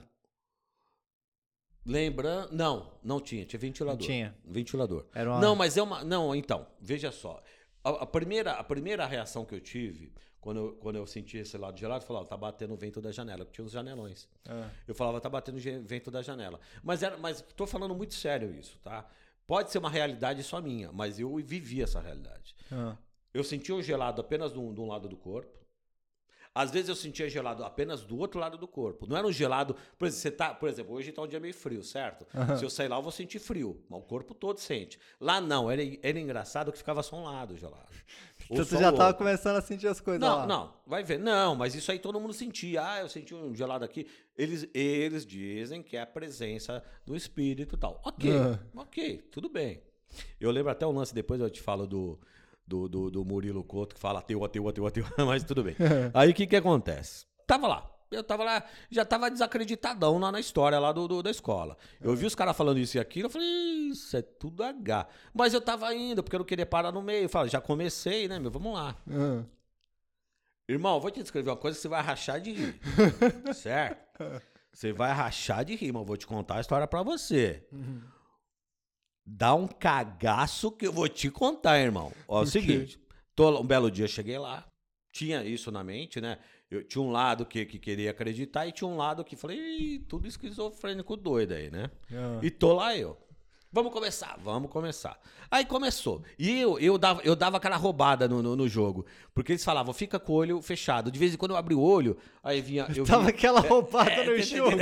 Lembra? Não tinha ventilador.
Não tinha.
Ventilador.
Era uma...
Não, mas é uma. Não, então, veja só. A primeira reação que eu tive, quando eu senti esse lado gelado, eu falava, tá batendo o vento da janela, porque tinha uns janelões. Eu falava, tá batendo o vento da janela. Mas tô falando muito sério isso, tá? Pode ser uma realidade só minha, mas eu vivi essa realidade. Eu sentia o gelado apenas de um lado do corpo. Às vezes eu sentia gelado apenas do outro lado do corpo. Não era um gelado... Por exemplo, hoje tá um dia meio frio, certo? Se eu sair lá, eu vou sentir frio. Mas o corpo todo sente. Lá não, era engraçado que ficava só um lado gelado.
Então tu já tava começando a sentir as coisas lá.
Não, vai ver. Não, mas isso aí todo mundo sentia. Eu senti um gelado aqui. Eles dizem que é a presença do espírito e tal. Ok, tudo bem. Eu lembro até um lance, depois eu te falo do Murilo Couto, que fala ateu, mas tudo bem. Aí o que acontece? Eu tava lá, já tava desacreditadão lá na história lá da escola. Eu vi os caras falando isso e aquilo, eu falei, isso é tudo H. Mas eu tava indo, porque eu não queria parar no meio. Eu falei, já comecei, né, meu, vamos lá. Irmão, vou te descrever uma coisa que você vai rachar de rir. Certo? Você vai rachar de rir, mas eu vou te contar a história pra você. Dá um cagaço que eu vou te contar, irmão. Ó, é o seguinte, um belo dia eu cheguei lá, tinha isso na mente, né? Eu tinha um lado que queria acreditar e tinha um lado que falei, tudo esquizofrênico doido aí, né? E tô lá eu. Vamos começar. Aí começou. E eu dava aquela roubada no jogo. Porque eles falavam, fica com o olho fechado. De vez em quando eu abri o olho, aí vinha...
Dava aquela roubada no jogo.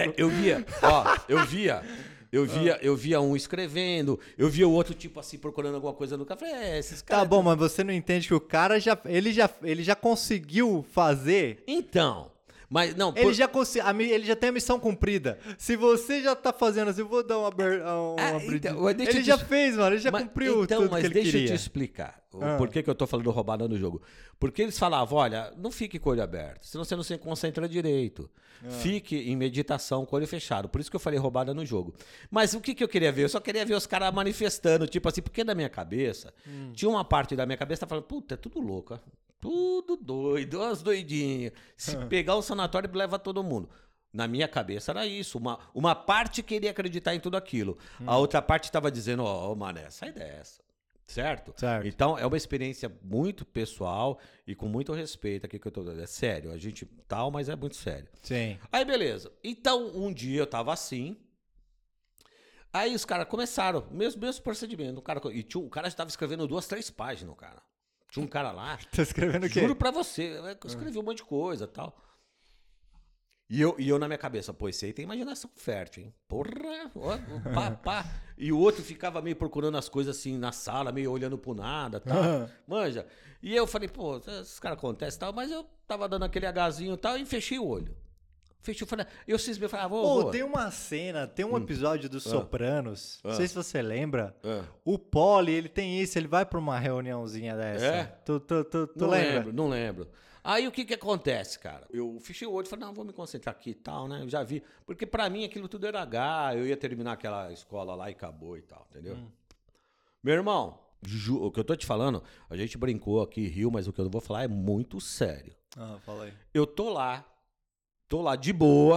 Eu via um escrevendo, eu via o outro, tipo assim, procurando alguma coisa no café. Esses caras...
Tá bom, mas você não entende que o cara ele já conseguiu fazer?
Então, mas não...
Ele já tem a missão cumprida. Se você já tá fazendo assim, eu vou dar uma
então,
ele já fez, mano, ele já cumpriu tudo que ele queria.
Deixa eu te explicar por que eu tô falando roubada no jogo. Porque eles falavam, olha, não fique com o olho aberto, senão você não se concentra direito. Fique em meditação com o olho fechado. Por isso que eu falei roubada no jogo. Mas o que eu queria ver? Eu só queria ver os caras manifestando, tipo assim, porque na minha cabeça, tinha uma parte da minha cabeça que tá falando, puta, é tudo louco, tudo doido, umas doidinhas. Se pegar o sanatório, leva todo mundo. Na minha cabeça era isso. Uma parte queria acreditar em tudo aquilo. A outra parte estava dizendo, mané, sai dessa. Certo? Então, é uma experiência muito pessoal e com muito respeito aqui que eu tô dando. É sério, a gente tal, mas é muito sério.
Sim.
Aí, beleza. Então, um dia eu tava assim. Aí os caras começaram, mesmo procedimento. O cara já tava escrevendo 2, 3 páginas, cara. Tinha um cara lá.
Tá escrevendo o quê?
Juro pra você. Eu escrevi um monte de coisa e tal. E eu na minha cabeça, pô, esse aí tem imaginação fértil, hein? Porra, pá. E o outro ficava meio procurando as coisas assim na sala, meio olhando pro nada, tal. Manja. E eu falei, pô, esses caras acontecem e tal, mas eu tava dando aquele Hzinho e tal e fechei o olho. Falei, eu cismei, falei, vou.
Tem uma cena, tem um episódio dos Sopranos, não sei se você lembra, o Paulie, ele tem isso, ele vai pra uma reuniãozinha dessa. Tu lembra?
Não lembro. Aí o que acontece, cara? Eu fechei o olho e falei, não, vou me concentrar aqui e tal, né? Eu já vi. Porque pra mim aquilo tudo era H, eu ia terminar aquela escola lá e acabou e tal, entendeu? Meu irmão, o que eu tô te falando, a gente brincou aqui, riu, mas o que eu vou falar é muito sério.
Fala aí.
Eu tô lá de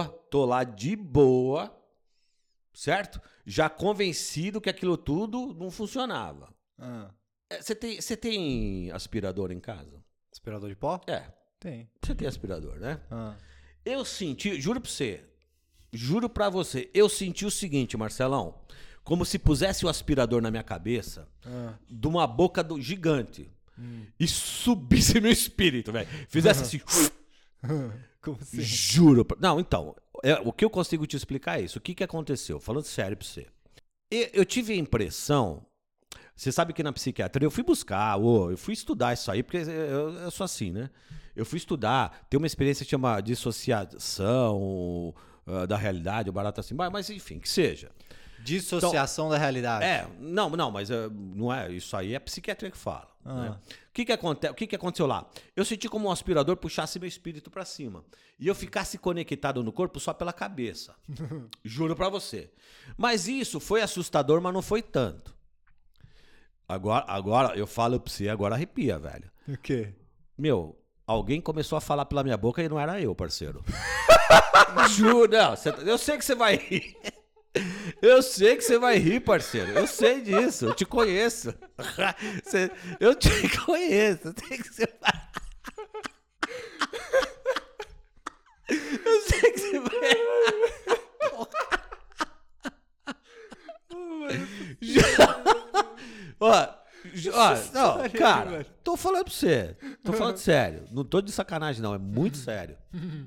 boa, certo? Já convencido que aquilo tudo não funcionava. Você tem aspirador em casa?
Aspirador de pó?
Tem. Você tem aspirador, né? Eu senti, juro pra você, eu senti o seguinte, Marcelão, como se pusesse o aspirador na minha cabeça, de uma boca gigante, e subisse meu espírito, velho. Fizesse assim...
Como assim?
Juro. Não, então, o que eu consigo te explicar é isso. O que aconteceu? Falando sério pra você. Eu tive a impressão... Você sabe que na psiquiatria eu fui buscar, eu fui estudar isso aí, porque eu sou assim, né? Eu fui estudar, tem uma experiência que chama dissociação da realidade, o barato assim, mas enfim, que seja.
Dissociação da realidade.
Não, mas não é, isso aí é a psiquiatria que fala. Né? O que aconteceu lá? Eu senti como um aspirador puxasse meu espírito pra cima. E eu ficasse conectado no corpo só pela cabeça. Juro pra você. Mas isso foi assustador, mas não foi tanto. Agora eu falo pra você, agora arrepia, velho.
O quê?
Meu, alguém começou a falar pela minha boca e não era eu, parceiro. Juro, não, eu sei que você vai rir. Eu sei que você vai rir, parceiro. Eu sei disso, eu te conheço. Eu te conheço. Eu sei que você vai... Não, cara, tô falando pra você. Tô falando sério. Não tô de sacanagem, não. É muito sério.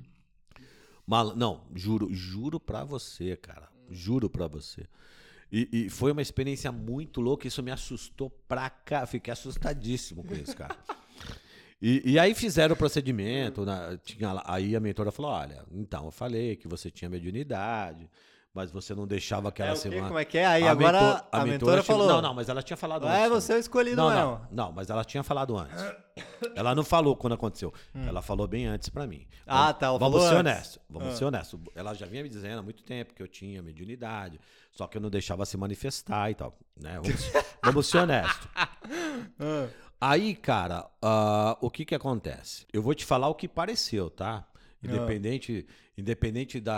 Não, juro pra você, cara. Juro pra você. E foi uma experiência muito louca. Isso me assustou pra cá. Fiquei assustadíssimo com isso, cara. E aí fizeram o procedimento. Aí a mentora falou: olha, então, eu falei que você tinha mediunidade. Mas você não deixava aquela semana.
Como é que é? Aí agora a mentora falou.
Não, mas ela tinha falado antes.
É você o escolhido,
não, mas ela tinha falado antes. Ela não falou quando aconteceu. Ela falou bem antes pra mim.
Tá.
Vamos ser honestos. Vamos ser honestos. Ela já vinha me dizendo há muito tempo que eu tinha mediunidade, só que eu não deixava se manifestar e tal. Né? Vamos ser honestos. Aí, cara, o que acontece? Eu vou te falar o que pareceu, tá? Independente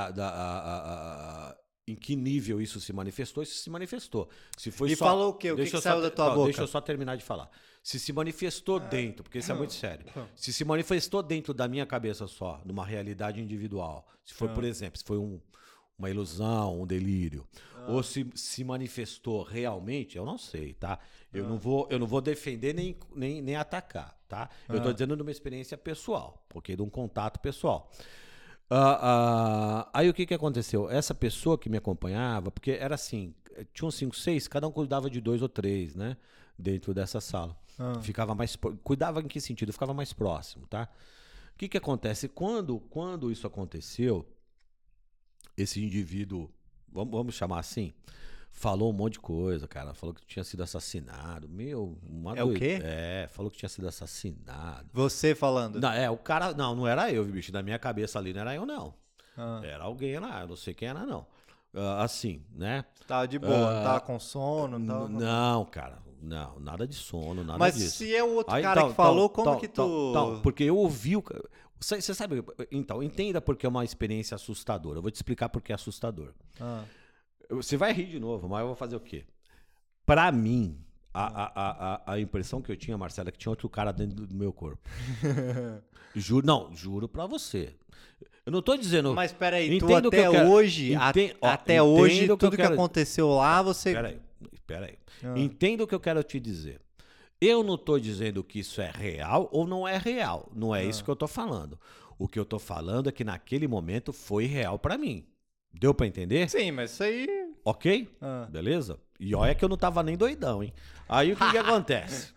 em que nível isso se manifestou, isso se manifestou. Se foi
falou o quê? O que saiu da tua boca?
Deixa eu só terminar de falar. Se manifestou dentro, porque isso é muito sério. Se manifestou dentro da minha cabeça só, numa realidade individual. Se foi, por exemplo, se foi uma ilusão, um delírio. Ou se manifestou realmente, eu não sei, tá? Eu não vou defender nem atacar, tá? Eu estou dizendo de uma experiência pessoal, porque de um contato pessoal. Aí o que aconteceu? Essa pessoa que me acompanhava, porque era assim, tinham 5, 6, cada um cuidava de 2 ou 3, né? Dentro dessa sala. Ficava mais... Cuidava em que sentido? Ficava mais próximo, tá? O que acontece? Quando isso aconteceu, esse indivíduo, vamos chamar assim, falou um monte de coisa, cara. Falou que tinha sido assassinado.
O quê?
Falou que tinha sido assassinado.
Você falando?
Não, o cara... Não era eu, bicho. Na minha cabeça ali não era eu, não. Era alguém lá. Eu não sei quem era, não. Assim, né?
Tava de boa, tava com sono?
Não, cara. Não, nada de sono, nada
Mas
disso.
Mas se é o outro cara que falou, como que tu...
Porque eu ouvi o... Você sabe... Então, entenda porque é uma experiência assustadora. Eu vou te explicar porque é assustador. Você vai rir de novo, mas eu vou fazer o quê? Pra mim, a impressão que eu tinha, Marcelo, é que tinha outro cara dentro do meu corpo. Juro pra você. Eu não tô dizendo...
Mas peraí, tu até hoje, tudo que aconteceu lá, você...
Peraí. Entenda o que eu quero te dizer. Eu não tô dizendo que isso é real ou não é real. Não é isso que eu tô falando. O que eu tô falando é que naquele momento foi real pra mim. Deu pra entender?
Sim, mas isso aí...
Ok? Beleza? E olha que eu não tava nem doidão, hein? Aí o que acontece?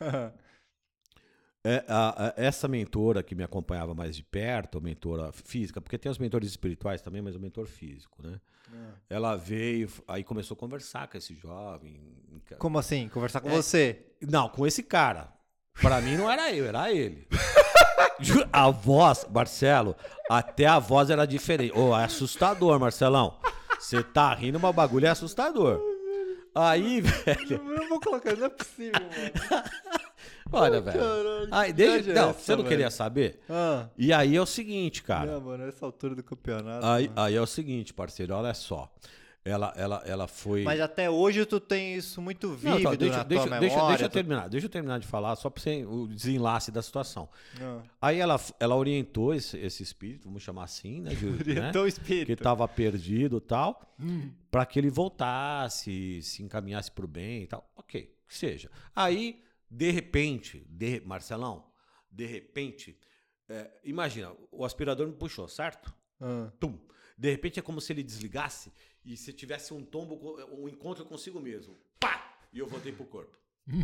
Essa mentora que me acompanhava mais de perto, a mentora física, porque tem os mentores espirituais também, mas o mentor físico, né? Ela veio, aí começou a conversar com esse jovem.
Como assim? Conversar com você?
Não, com esse cara. Pra mim não era eu, era ele. A voz, Marcelo, até a voz era diferente. É assustador, Marcelão. Você tá rindo, mas o bagulho é assustador. Aí, velho...
Eu vou colocar, não é possível, mano.
Olha, velho. Aí, você não queria saber? E aí é o seguinte, cara.
Não, mano, essa altura do campeonato.
Aí é o seguinte, parceiro, olha só. Ela foi...
Mas até hoje tu tem isso muito vívido na tua memória.
Deixa eu terminar de falar, só pra você, o desenlace da situação. Aí ela orientou esse espírito, vamos chamar assim, né?
Orientou o espírito.
Que estava perdido e tal, pra que ele voltasse, se encaminhasse pro bem e tal. Ok, que seja. Aí... De repente, Marcelão, imagina, o aspirador me puxou, certo? Tum. De repente é como se ele desligasse e você tivesse um tombo, um encontro consigo mesmo. Pá! E eu voltei pro corpo.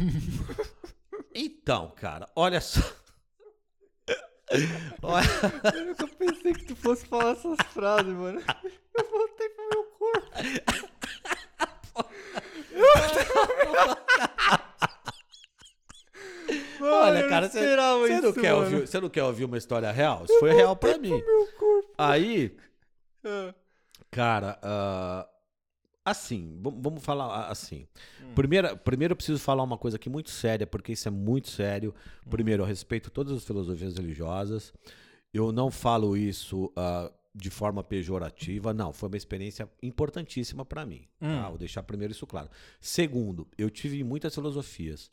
Então, cara, olha só.
Eu nunca pensei que tu fosse falar essas frases, mano. Eu voltei pro meu corpo. Mano,
olha, cara, você não quer ouvir uma história real? Isso foi real pra mim. Aí, cara, assim, vamos falar assim. Primeiro eu preciso falar uma coisa aqui muito séria, porque isso é muito sério. Primeiro, eu respeito todas as filosofias religiosas. Eu não falo isso de forma pejorativa, não. Foi uma experiência importantíssima pra mim. Tá? Vou deixar primeiro isso claro. Segundo, eu tive muitas filosofias.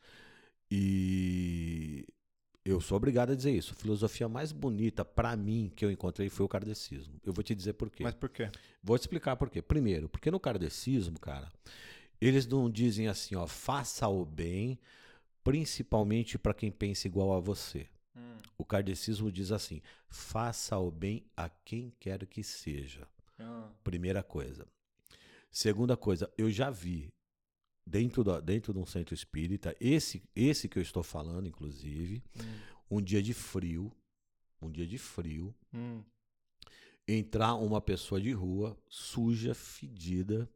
E eu sou obrigado a dizer isso. A filosofia mais bonita pra mim que eu encontrei foi o kardecismo. Eu vou te dizer por quê.
Mas por quê?
Vou te explicar por quê. Primeiro, porque no kardecismo, cara, eles não dizem assim, ó, faça o bem, principalmente pra quem pensa igual a você. O kardecismo diz assim, faça o bem a quem quer que seja. Primeira coisa. Segunda coisa, eu já vi dentro de um centro espírita, esse que eu estou falando, inclusive, um dia de frio, entrar uma pessoa de rua, suja, fedida,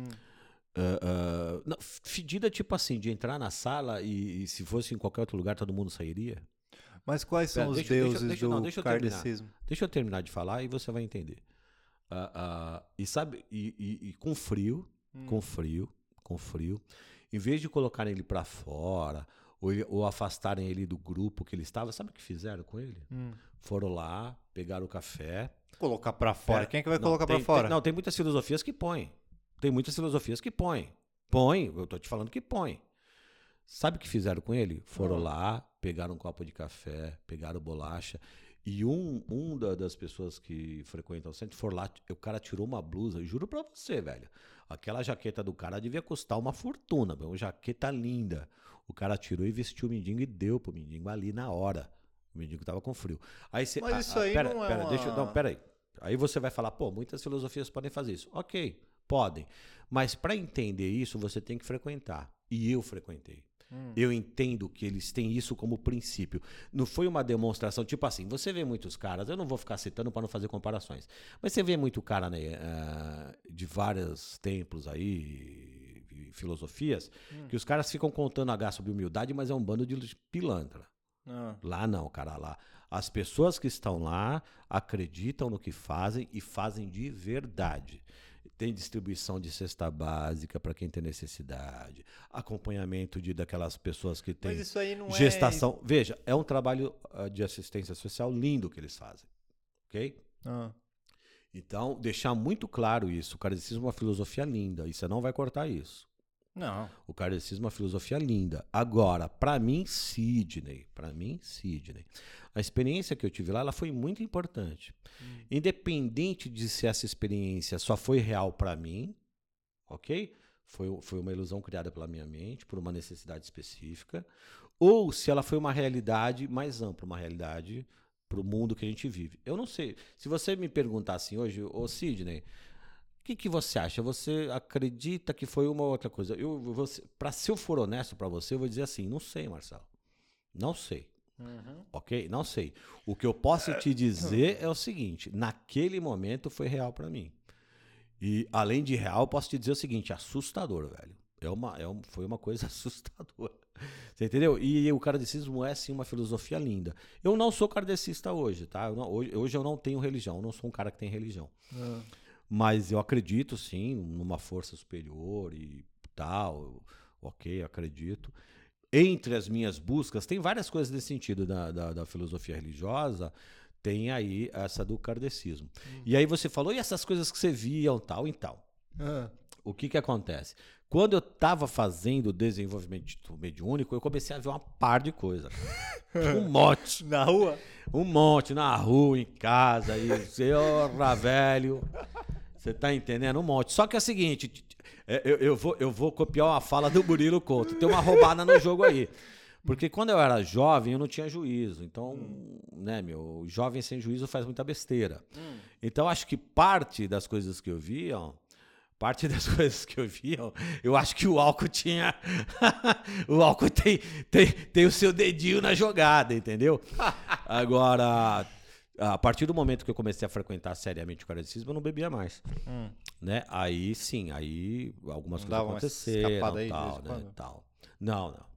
não, fedida tipo assim, de entrar na sala e se fosse em qualquer outro lugar todo mundo sairia.
Mas quais são os deuses do kardecismo?
Deixa eu terminar de falar e você vai entender. E sabe, com frio, em vez de colocarem ele pra fora ou afastarem ele do grupo que ele estava, sabe o que fizeram com ele? Foram lá, pegaram o café.
Colocar pra fora? Quem é que vai colocar pra fora?
Tem muitas filosofias que põem. Eu tô te falando que põem. Sabe o que fizeram com ele? Foram lá, pegaram um copo de café, pegaram bolacha. E das pessoas que frequentam o centro foram lá, o cara tirou uma blusa, juro pra você, velho. Aquela jaqueta do cara devia custar uma fortuna, uma jaqueta linda. O cara tirou e vestiu o mendigo e deu pro mendigo ali na hora. O mendigo tava com frio. Mas
isso aí não é
peraí. Aí você vai falar, pô, muitas filosofias podem fazer isso. Ok, podem. Mas pra entender isso, você tem que frequentar. E eu frequentei. Eu entendo que eles têm isso como princípio. Não foi uma demonstração, tipo assim, você vê muitos caras, eu não vou ficar citando para não fazer comparações, mas você vê muito cara, né, de vários templos aí, filosofias, que os caras ficam contando H sobre humildade, mas é um bando de pilantra. Lá não, cara, lá. As pessoas que estão lá acreditam no que fazem e fazem de verdade. Tem distribuição de cesta básica para quem tem necessidade, acompanhamento daquelas pessoas que têm gestação. Veja, é um trabalho de assistência social lindo que eles fazem, ok? Então, deixar muito claro isso. O kardecismo é uma filosofia linda e você não vai cortar isso.
Não.
O kardecismo é uma filosofia linda. Agora, para mim, Sidney, a experiência que eu tive lá, ela foi muito importante. Independente de se essa experiência só foi real para mim, ok? Foi uma ilusão criada pela minha mente, por uma necessidade específica, ou se ela foi uma realidade mais ampla, uma realidade para o mundo que a gente vive. Eu não sei. Se você me perguntar assim hoje, ô Sidney, o que você acha? Você acredita que foi uma ou outra coisa? Se eu for honesto para você, eu vou dizer assim, não sei, Marcelo. Não sei. Ok? Não sei. O que eu posso te dizer é o seguinte, naquele momento foi real para mim. E além de real, posso te dizer o seguinte, assustador, velho. Foi uma coisa assustadora. Você entendeu? E o kardecismo é, sim, uma filosofia linda. Eu não sou kardecista hoje, tá? Hoje eu não tenho religião, eu não sou um cara que tem religião. Mas eu acredito, sim, numa força superior e tal. Ok, acredito. Entre as minhas buscas, tem várias coisas nesse sentido da filosofia religiosa, tem aí essa do kardecismo. E aí você falou, e essas coisas que você via, tal e tal. O que acontece? Quando eu estava fazendo o desenvolvimento mediúnico, eu comecei a ver uma par de coisa. Um monte.
Na rua?
Um monte, na rua, em casa, aí, velho. Você tá entendendo? Um monte. Só que é o seguinte, eu vou copiar uma fala do Murilo Couto. Tem uma roubada no jogo aí. Porque quando eu era jovem, eu não tinha juízo. Então, né, jovem sem juízo faz muita besteira. Então, acho que parte das coisas que eu via, eu acho que o álcool tinha... o álcool tem o seu dedinho na jogada, entendeu? Agora, a partir do momento que eu comecei a frequentar seriamente o kardecismo, eu não bebia mais. Né? Aí, sim, algumas coisas aconteceram e tal, né? Não.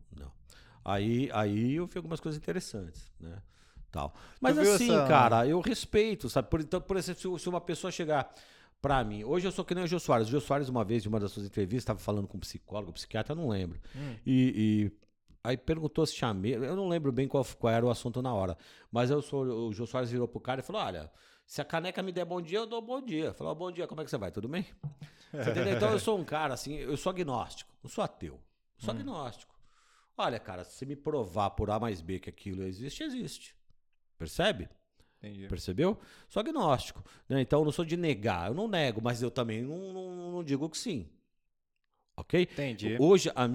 Aí eu vi algumas coisas interessantes, né? Tal. Mas assim, cara, eu respeito, sabe? Por exemplo, se uma pessoa chegar pra mim... Hoje eu sou que nem o Jô Soares. O Jô Soares, uma vez, em uma das suas entrevistas, estava falando com um psicólogo, psiquiatra, eu não lembro. E aí perguntou se tinha medo. Eu não lembro bem qual era o assunto na hora. Mas o Jô Soares virou pro cara e falou, olha, se a caneca me der bom dia, eu dou bom dia. Falou, bom dia, como é que você vai? Tudo bem? Você entendeu? Então eu sou um cara assim, eu sou agnóstico, não sou ateu. Sou agnóstico. Olha, cara, se você me provar por A mais B que aquilo existe, existe. Percebe?
Entendi.
Percebeu? Sou agnóstico. Né? Então eu não sou de negar. Eu não nego, mas eu também não digo que sim. Ok?
Entendi.
Hoje, a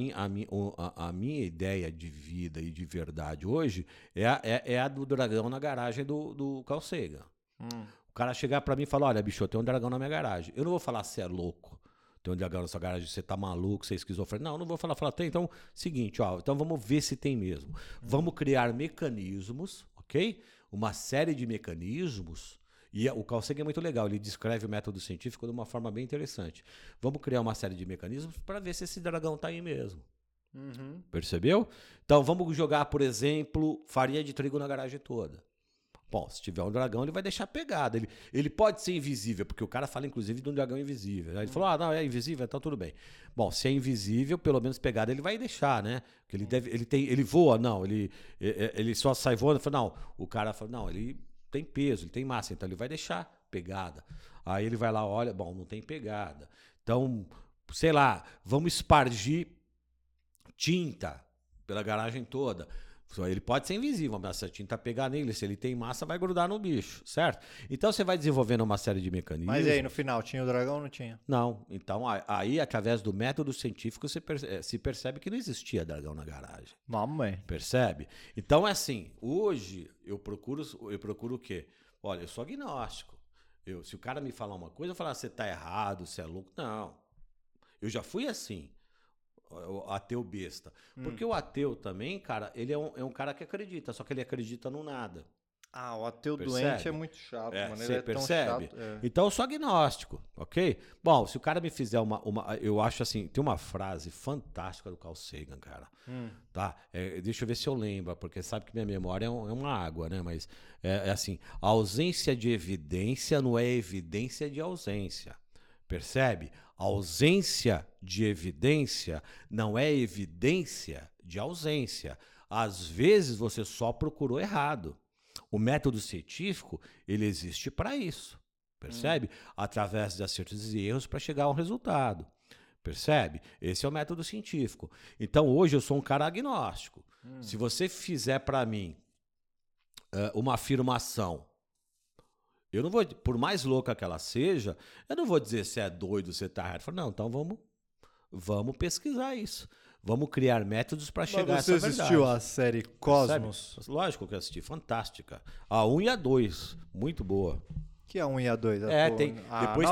minha ideia de vida e de verdade hoje é a do dragão na garagem do Carl Sagan. O cara chegar pra mim e falar, olha, bicho, tem um dragão na minha garagem. Eu não vou falar se é louco. Tem um dragão na sua garagem, você tá maluco, você é esquizofrênico. Não vou falar, tem. Então, seguinte, então vamos ver se tem mesmo. Vamos criar mecanismos, ok? Uma série de mecanismos. E o Carl Sagan é muito legal, ele descreve o método científico de uma forma bem interessante. Vamos criar uma série de mecanismos para ver se esse dragão tá aí mesmo. Percebeu? Então, vamos jogar, por exemplo, farinha de trigo na garagem toda. Bom, se tiver um dragão, ele vai deixar pegada. Ele pode ser invisível, porque o cara fala, inclusive, de um dragão invisível. Aí ele falou, não, é invisível, então tudo bem. Bom, se é invisível, pelo menos pegada ele vai deixar, né? Porque ele voa, não, ele só sai voando. Não, o cara fala, não, ele tem peso, ele tem massa, então ele vai deixar pegada. Aí ele vai lá, olha, bom, não tem pegada. Então, sei lá, vamos espargir tinta pela garagem toda. Ele pode ser invisível, mas se a tinta pegar nele, se ele tem massa, vai grudar no bicho, certo? Então você vai desenvolvendo uma série de mecanismos.
Mas aí, no final, tinha o dragão ou não tinha?
Não. Então, aí, através do método científico, você se percebe que não existia dragão na garagem.
Mamãe.
Percebe? Então, é assim, hoje eu procuro o quê? Olha, eu sou agnóstico. Se o cara me falar uma coisa, eu falar, você tá errado, você é louco. Não. Eu já fui assim. O ateu besta. Porque o ateu também, cara, ele é um cara que acredita, só que ele acredita no nada.
Ah, o ateu doente é muito chato, mano.
Você
ele é
percebe?
Tão chato.
Então eu sou agnóstico, ok? Bom, se o cara me fizer eu acho assim, tem uma frase fantástica do Carl Sagan, cara. Tá? Deixa eu ver se eu lembro, porque sabe que minha memória é uma água, né? Mas é assim, a ausência de evidência não é evidência de ausência. Percebe? A ausência de evidência não é evidência de ausência. Às vezes você só procurou errado. O método científico, ele existe para isso. Percebe? Através de acertos e erros para chegar a um resultado. Percebe? Esse é o método científico. Então hoje eu sou um cara agnóstico. Se você fizer para mim uma afirmação, eu não vou, por mais louca que ela seja, eu não vou dizer se é doido, se tá errado. Eu falo, não, então vamos pesquisar isso. Vamos criar métodos para chegar a essa verdade.
Você assistiu a série Cosmos?
Percebe? Lógico que eu assisti, fantástica. A 1 e a 2, muito boa.
Que é a 1 e a 2?
Depois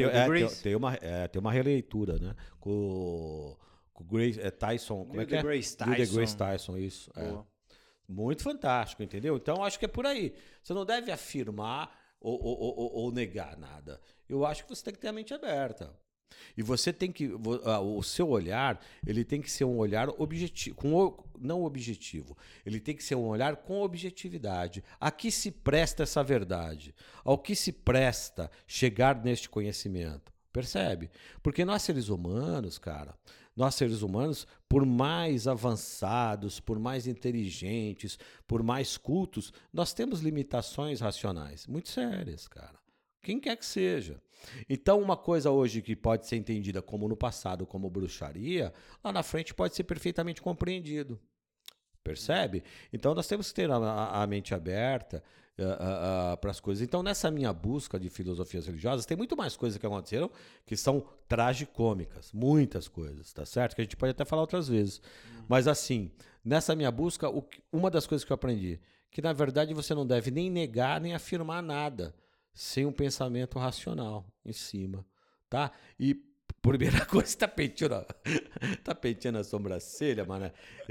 tem uma releitura, né? Com o Grace Tyson. Como é que é?
Grace Tyson.
Neil deGrasse Tyson, isso. Muito fantástico, entendeu? Então, acho que é por aí. Você não deve afirmar ou negar nada. Eu acho que você tem que ter a mente aberta. E você tem que... O seu olhar, ele tem que ser um olhar objetivo, não objetivo. Ele tem que ser um olhar com objetividade. A que se presta essa verdade? Ao que se presta chegar neste conhecimento? Percebe? Porque nós seres humanos, cara... Nós, seres humanos, por mais avançados, por mais inteligentes, por mais cultos, nós temos limitações racionais muito sérias, cara. Quem quer que seja. Então, uma coisa hoje que pode ser entendida como no passado, como bruxaria, lá na frente pode ser perfeitamente compreendido. Percebe? Então, nós temos que ter a mente aberta para as coisas. Então, nessa minha busca de filosofias religiosas, tem muito mais coisas que aconteceram que são tragicômicas. Muitas coisas, tá certo? Que a gente pode até falar outras vezes. Mas, assim, nessa minha busca, uma das coisas que eu aprendi, que na verdade você não deve nem negar, nem afirmar nada, sem um pensamento racional em cima, tá? E primeira coisa, tá penteando a sobrancelha, mano.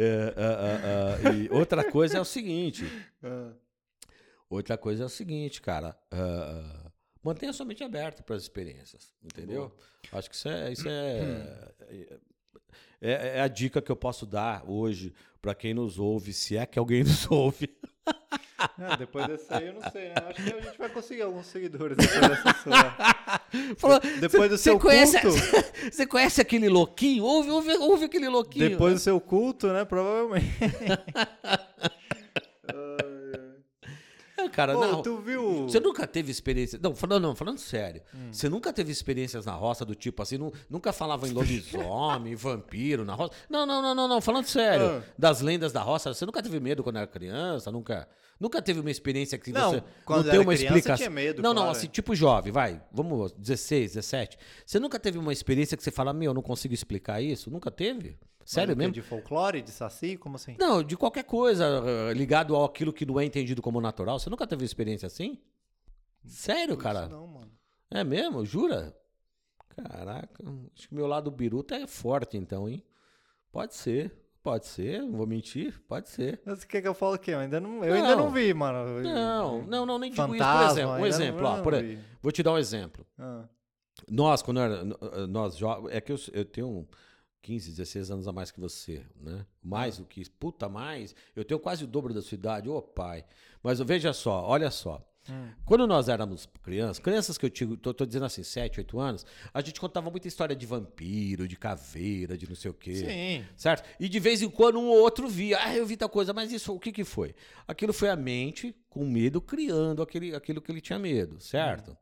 E outra coisa é o seguinte, cara, mantenha sua mente aberta para as experiências, entendeu? Acho que isso é a dica que eu posso dar hoje para quem nos ouve, se é que alguém nos ouve.
Depois dessa aí eu não sei, né? Acho que a gente vai conseguir alguns seguidores depois dessa sua. Depois do seu culto.
Você conhece aquele louquinho? Ouve aquele louquinho.
Depois do seu culto, né? Provavelmente.
Cara, não.
Tu viu?
Você nunca teve experiência. Não, falando sério. Você nunca teve experiências na roça do tipo assim, nunca falava em lobisomem, vampiro na roça? Não, falando sério. Das lendas da roça, você nunca teve medo quando era criança? Nunca teve uma experiência que
não,
você
quando
não tem uma
criança,
explicação.
Tinha medo,
não,
claro.
assim, tipo jovem, vai. Vamos, 16, 17. Você nunca teve uma experiência que você fala, eu não consigo explicar isso? Nunca teve? Sério mesmo?
De folclore, de saci, como assim?
Não, de qualquer coisa ligado àquilo que não é entendido como natural. Você nunca teve experiência assim? Sério, cara?
Não, mano.
É mesmo? Jura? Caraca, acho que meu lado biruta é forte então, hein? Pode ser, não vou mentir, pode ser.
Mas você quer que eu fale o quê? Eu ainda não vi, mano.
Não, nem digo
Fantasma,
isso. Por exemplo, vou te dar um exemplo. Nós, quando nós jovens, é que eu tenho 15, 16 anos a mais que você, né? Mais do que isso. Puta, mais. Eu tenho quase o dobro da sua idade. Ô, pai. Mas veja só, olha só. Quando nós éramos crianças que eu tô dizendo assim, 7, 8 anos, a gente contava muita história de vampiro, de caveira, de não sei o quê.
Sim.
Certo? E de vez em quando um ou outro via. Eu vi tal coisa, mas isso, o que foi? Aquilo foi a mente, com medo, criando aquilo que ele tinha medo, certo?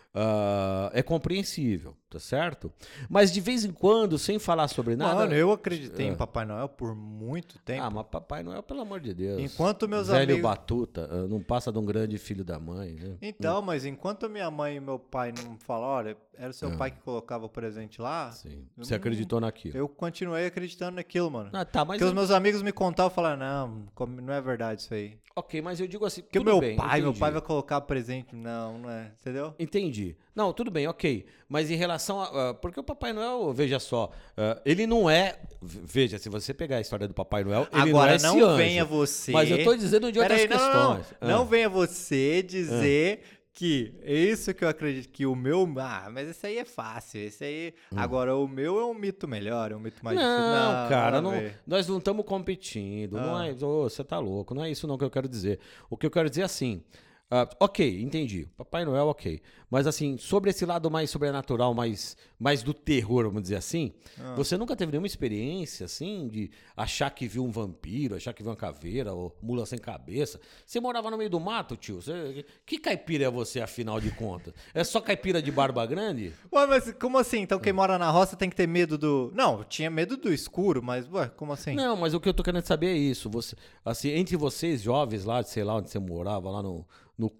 É compreensível, tá certo? Mas de vez em quando, sem falar sobre nada...
Mano, eu acreditei em Papai Noel por muito tempo.
Mas Papai Noel, pelo amor de Deus.
Enquanto meus
Velho
amigos...
Batuta, não passa de um grande filho da mãe, né?
Então, mas enquanto minha mãe e meu pai não falaram, olha, era o seu pai que colocava o presente lá...
Sim. Você acreditou naquilo?
Eu continuei acreditando naquilo, mano.
Mas
porque os meus amigos me contavam e falaram, não é verdade isso aí.
Ok, mas eu digo assim,
porque
meu
pai vai colocar presente. Não é, entendeu?
Entendi. Não, tudo bem, ok. Mas em relação a... porque o Papai Noel, veja só, ele não é... Veja, se você pegar a história do Papai Noel, ele
agora,
não é esse anjo.
venha você...
Mas eu tô dizendo de outras questões.
Não venha você dizer... que isso que eu acredito que o meu... mas esse aí é fácil, esse aí... Agora, o meu é um mito melhor, é um mito mais difícil.
Não, cara, nós não estamos competindo, não é... Você tá louco, não é isso não que eu quero dizer. O que eu quero dizer é assim... ok, entendi. Papai Noel, ok. Mas assim, sobre esse lado mais sobrenatural, mais do terror, vamos dizer assim, você nunca teve nenhuma experiência, assim, de achar que viu um vampiro, achar que viu uma caveira, ou mula sem cabeça? Você morava no meio do mato, tio? Que caipira é você, afinal de contas? É só caipira de barba grande?
Ué, mas como assim? Então quem mora na roça tem que ter medo do... Não, eu tinha medo do escuro, mas, como assim?
Não, mas o que eu tô querendo saber é isso. Assim, entre vocês, jovens lá, sei lá onde você morava, lá no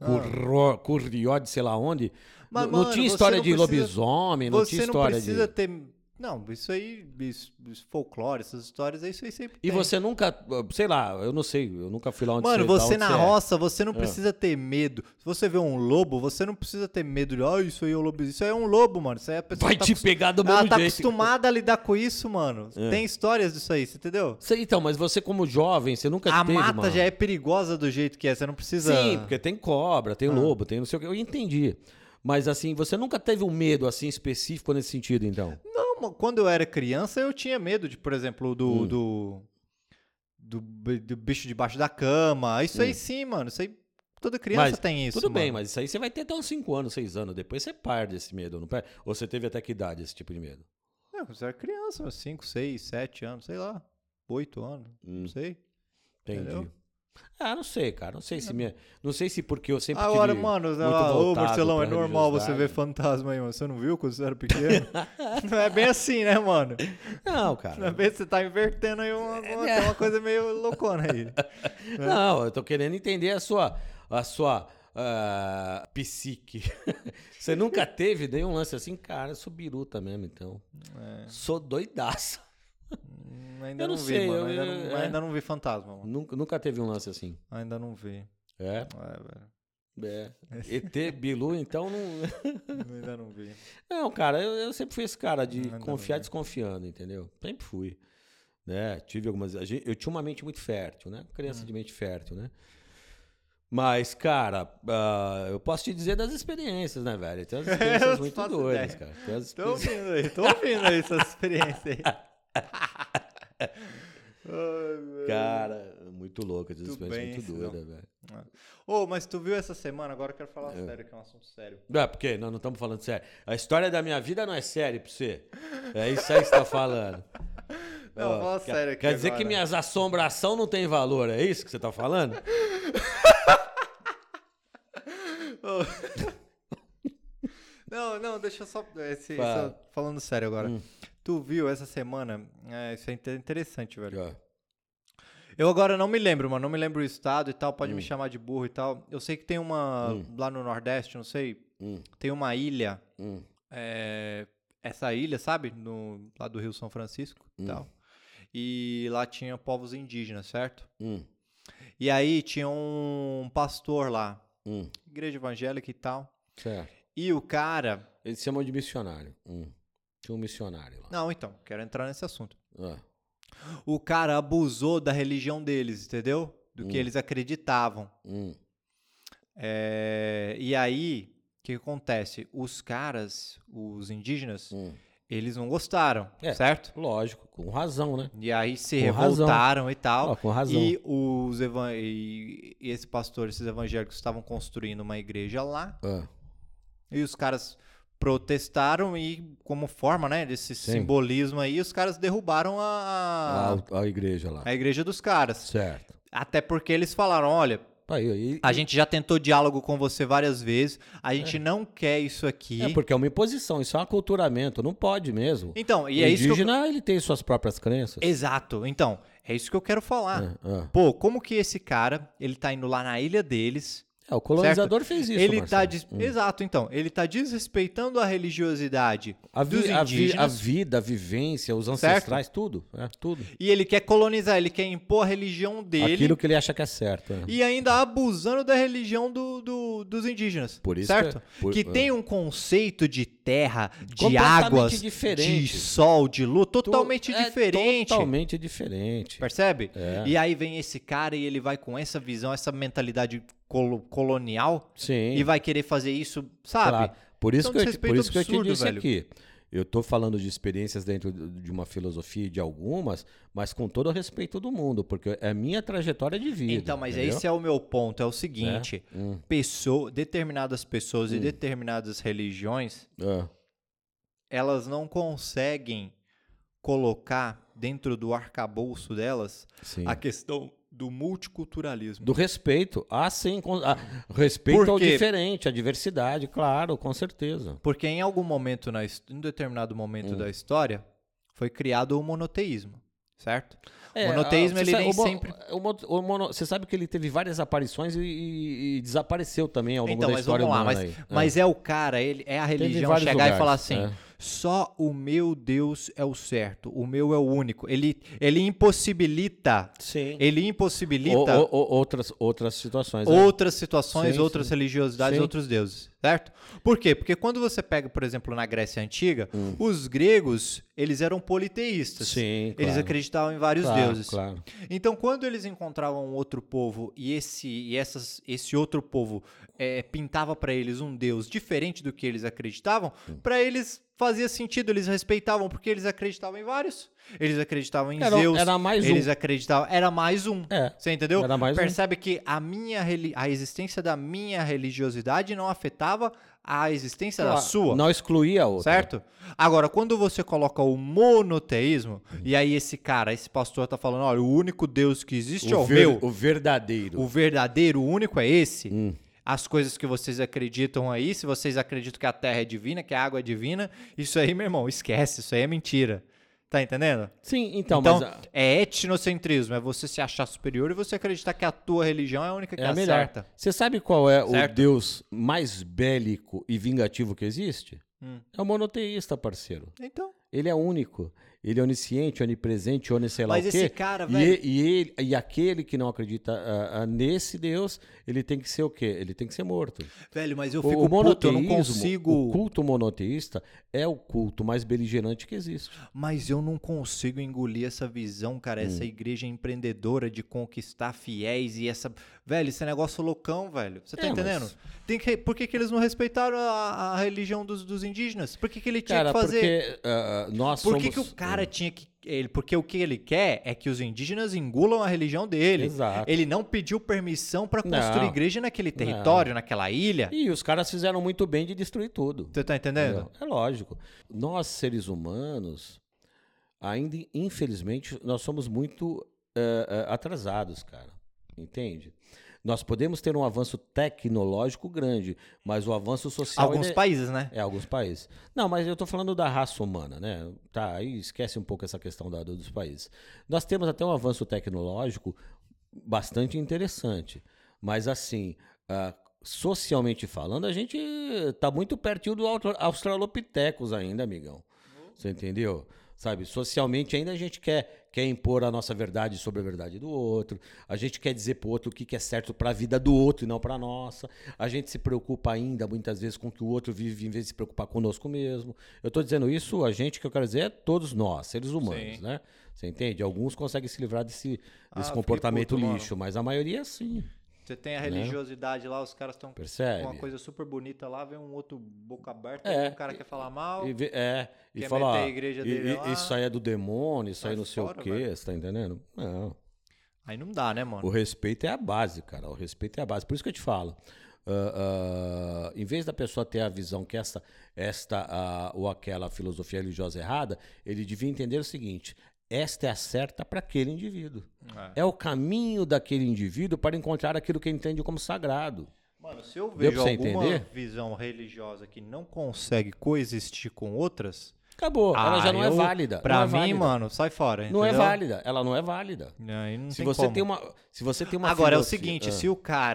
Currió de sei lá onde, não tinha história de lobisomem, não tinha história de...
Você não precisa ter... Não, isso aí, folclore, essas histórias, isso aí sempre tem.
E você nunca, sei lá, eu não sei, eu nunca fui lá onde
Mano, você na roça, você não
É.
precisa ter medo. Se você vê um lobo, você não precisa ter medo de, isso aí é um lobo. Isso aí é um lobo, mano. Isso aí a pessoa
Vai te pegar do mesmo
ela tá
jeito.
acostumada a lidar com isso, mano. Tem histórias disso aí, você entendeu?
Então, mas você como jovem, você nunca
A
teve,
mata
mano.
já é perigosa do jeito que é, você não precisa...
Sim, porque tem cobra, tem lobo, tem não sei o que, eu entendi. Mas assim, você nunca teve um medo assim específico nesse sentido, então?
Não, quando eu era criança, eu tinha medo de, por exemplo, do bicho debaixo da cama. Isso aí sim, mano. Isso aí, toda criança tem isso,
tudo bem,
mano.
mas isso aí você vai ter até uns 5 anos, 6 anos. Depois você perde esse medo, não perde? Ou você teve até que idade esse tipo de medo?
Não, você era criança, 5, 6, 7 anos, sei lá. 8 anos, não sei.
Entendi.
Entendeu?
Não sei, cara. Não sei se porque eu sempre
Agora,
tive
mano,
muito voltado
Marcelão, é
pra
normal você ver
religiosidade.
fantasma aí, mano. Você não viu quando você era pequeno? Não é bem assim, né, mano?
Não, cara.
Não é bem, você tá invertendo aí tem uma coisa meio loucona aí.
Não, eu tô querendo entender a sua psique. Você nunca teve nenhum lance assim? Cara, eu sou biruta mesmo, então. Sou doidaço.
Ainda
Eu não
vi,
sei,
mano. Ainda não vi fantasma, mano.
Nunca teve um lance assim.
Ainda não vi.
É?
Velho.
ET, Bilu, então não...
Ainda não vi.
Não, cara, eu sempre fui esse cara de
Ainda
confiar
não vi.
desconfiando, entendeu? Sempre fui. Né? Tive algumas... Eu tinha uma mente muito fértil, né? Criança de mente fértil, né? Mas, cara, eu posso te dizer das experiências, né, velho? Tem umas experiências muito doidas, cara.
Tô ouvindo aí essas experiências aí.
Cara, muito louco, essas
Muito
experiências
bem,
muito doidas, velho.
Ô, mas tu viu essa semana? Agora eu quero falar sério, que é um assunto sério.
Porque nós não estamos falando sério. A história da minha vida não é séria pra você. É isso aí que você tá falando.
Não, fala sério aqui
Quer dizer
agora.
que minhas assombrações não têm valor, é isso que você tá falando?
Não, deixa eu só... falando sério agora. Tu viu essa semana... isso é interessante, velho. Eu agora não me lembro, mano. Não me lembro o estado e tal. Pode me chamar de burro e tal. Eu sei que tem uma... Lá no Nordeste, não sei. Tem uma ilha. Essa ilha, sabe? Lá do Rio São Francisco e tal. E lá tinha povos indígenas, certo? E aí tinha um pastor lá. Igreja evangélica e tal.
Certo.
E o cara...
Eles chamam de missionário. Tinha um missionário lá.
Não, então. Quero entrar nesse assunto.
Ah.
O cara abusou da religião deles, entendeu? Do que eles acreditavam. E aí, o que acontece? Os caras, os indígenas, eles não gostaram, certo?
Lógico, com razão, né?
E aí se revoltaram e tal.
Com razão.
E esse pastor, esses evangélicos estavam construindo uma igreja lá.
Ah.
E os caras protestaram e, como forma, né, desse simbolismo aí, os caras derrubaram a
igreja lá.
A igreja dos caras.
Certo.
Até porque eles falaram, olha, a gente já tentou diálogo com você várias vezes, a gente não quer isso aqui.
Porque é uma imposição, isso é um aculturamento, não pode mesmo.
Então,
o indígena, ele tem suas próprias crenças.
Exato. Então, é isso que eu quero falar. Pô, como que esse cara, ele tá indo lá na ilha deles...
o colonizador fez isso,
ele Exato, então. Ele tá desrespeitando a religiosidade dos indígenas.
A vida, a vivência, os ancestrais, tudo. Tudo.
E ele quer colonizar, ele quer impor a religião dele.
Aquilo que ele acha que é certo.
E ainda abusando da religião dos indígenas.
Por isso
certo? Que tem um conceito de terra, de águas, de sol, de lua, totalmente diferente.
Totalmente diferente.
Percebe? E aí vem esse cara e ele vai com essa visão, essa mentalidade colonial.
Sim.
E vai querer fazer isso, sabe?
Claro. Por isso que eu te disse
velho.
aqui. Eu tô falando de experiências dentro de uma filosofia e de algumas, mas com todo o respeito do mundo, porque é a minha trajetória de vida.
Então, mas
entendeu?
esse é o meu ponto, é o seguinte, determinadas pessoas e determinadas religiões, elas não conseguem colocar dentro do arcabouço delas a questão do multiculturalismo.
Do respeito. Sim. Respeito ao diferente, à diversidade, claro, com certeza.
Porque em algum momento, em determinado momento da história, foi criado o monoteísmo, certo? O monoteísmo, ele nem sempre...
Você sabe que ele teve várias aparições e desapareceu também ao longo da história
humana. Mas é o cara, é a religião chegar e falar assim... Só o meu Deus é o certo. O meu é o único. Ele impossibilita.
Sim.
Ele impossibilita.
Outras situações.
Outras situações, outras religiosidades, outros deuses. Certo? Por quê? Porque quando você pega, por exemplo, na Grécia Antiga, os gregos, eles eram politeístas.
Sim,
eles acreditavam em vários deuses.
Claro.
Então, quando eles encontravam um outro povo e esse outro povo pintava para eles um deus diferente do que eles acreditavam, para eles fazia sentido, eles respeitavam porque eles acreditavam em vários. Eles acreditavam em Zeus.
Era mais um.
Eles acreditavam, era mais um. Você entendeu?
Era mais
Percebe que a existência da minha religiosidade não afetava a existência da sua.
Não excluía a outra.
Certo? Agora, quando você coloca o monoteísmo, e aí esse pastor tá falando, olha, o único Deus que existe é o meu.
O verdadeiro.
O verdadeiro, o único é esse. As coisas que vocês acreditam aí, se vocês acreditam que a terra é divina, que a água é divina, isso aí, meu irmão, esquece, isso aí é mentira. Tá entendendo?
Sim, então
mas... é etnocentrismo, é você se achar superior e você acreditar que a tua religião é a única que acerta.
Você sabe qual é o Deus mais bélico e vingativo que existe? É o monoteísta, parceiro.
Então.
Ele é único. Ele é onisciente, onipresente, sei lá
Mas
o quê.
esse cara, velho...
E aquele que não acredita nesse Deus, ele tem que ser o quê? Ele tem que ser morto.
Velho, mas eu fico puto, eu não consigo...
O culto monoteísta é o culto mais beligerante que existe.
Mas eu não consigo engolir essa visão, cara, essa igreja empreendedora de conquistar fiéis e essa... Velho, esse negócio loucão, velho. Você tá entendendo?
Mas...
Por que eles não respeitaram a religião dos indígenas? Por que ele tinha que fazer...
Porque nós
Por
somos...
que o cara tinha que... Porque o que ele quer é que os indígenas engulam a religião dele.
Exato.
Ele não pediu permissão para construir igreja naquele território, naquela ilha.
E os caras fizeram muito bem de destruir tudo.
Você tá entendendo?
É lógico. Nós, seres humanos, ainda, infelizmente, nós somos muito atrasados, cara. Entende? Nós podemos ter um avanço tecnológico grande, mas o avanço social...
Alguns países, né?
Alguns países. Não, mas eu estou falando da raça humana, né? Tá, aí esquece um pouco essa questão dos países. Nós temos até um avanço tecnológico bastante interessante, mas assim, socialmente falando, a gente está muito pertinho do Australopithecus ainda, amigão. Você entendeu? Sabe, socialmente ainda a gente quer impor a nossa verdade sobre a verdade do outro. A gente quer dizer pro outro o que é certo para a vida do outro e não para a nossa. A gente se preocupa ainda, muitas vezes, com o que o outro vive, em vez de se preocupar conosco mesmo. Eu estou dizendo isso, a gente, que eu quero dizer, é todos nós, seres humanos,
Sim.
né? Você entende? Alguns conseguem se livrar desse comportamento
puto,
lixo, mas a maioria, sim.
Você tem a religiosidade lá, os caras estão com uma coisa super bonita lá, vem um outro boca aberta, um cara quer falar mal,
e
quer
fala,
meter a igreja dele lá.
Isso aí é do demônio, isso
Sai
aí não sei
fora,
o quê,
velho.
você tá entendendo? Não.
Aí não dá, né, mano?
O respeito é a base, cara, o respeito é a base. Por isso que eu te falo, em vez da pessoa ter a visão que esta ou aquela filosofia religiosa errada, ele devia entender o seguinte: esta é a certa para aquele indivíduo. É o caminho daquele indivíduo para encontrar aquilo que ele entende como sagrado.
Mano, se eu vejo alguma
entender?
visão religiosa que não consegue coexistir com outras...
Acabou, ela já não é válida.
Pra
não é
mim,
válida.
mano, sai fora.
Não é
entendeu?
válida, ela não é válida.
Aí não
Se
tem
você
como.
se você tem uma
Agora, é o
filosofia-
seguinte, se o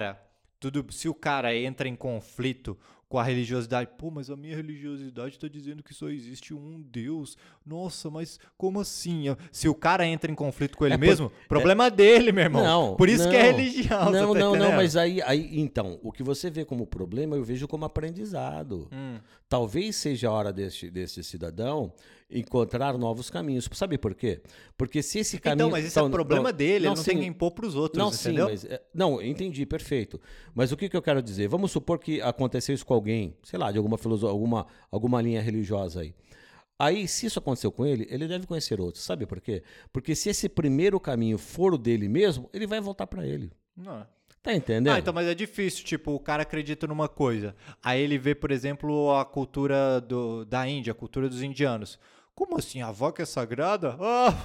cara entra em conflito com a religiosidade, pô, mas a minha religiosidade tá dizendo que só existe um Deus. Nossa, mas como assim? Se o cara entra em conflito com ele mesmo, problema dele, meu irmão.
Não,
Por isso
não,
que é religião.
Não,
você tá
não,
entendendo?
mas aí, então, o que você vê como problema, eu vejo como aprendizado. Talvez seja a hora desse cidadão encontrar novos caminhos. Sabe por quê? Porque se esse caminho...
Então, mas esse é o problema dele, ele não tem que impor pros outros,
não,
entendeu?
Sim, mas, não, entendi, perfeito. Mas o que eu quero dizer? Vamos supor que aconteceu isso com alguém, sei lá, de alguma filosofia, alguma linha religiosa aí. Aí, se isso aconteceu com ele, ele deve conhecer outros. Sabe por quê? Porque se esse primeiro caminho for o dele mesmo, ele vai voltar para ele.
Não.
Tá entendendo?
Então, mas é difícil, tipo, o cara acredita numa coisa, aí ele vê, por exemplo, a cultura da Índia, a cultura dos indianos. Como assim? A vaca é sagrada?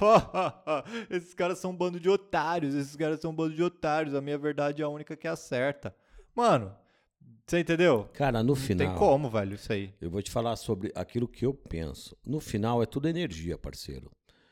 Esses caras são um bando de otários, a minha verdade é a única que acerta. Mano, você entendeu?
Cara, no final...
Não tem como, velho, isso aí.
Eu vou te falar sobre aquilo que eu penso. No final, é tudo energia, parceiro.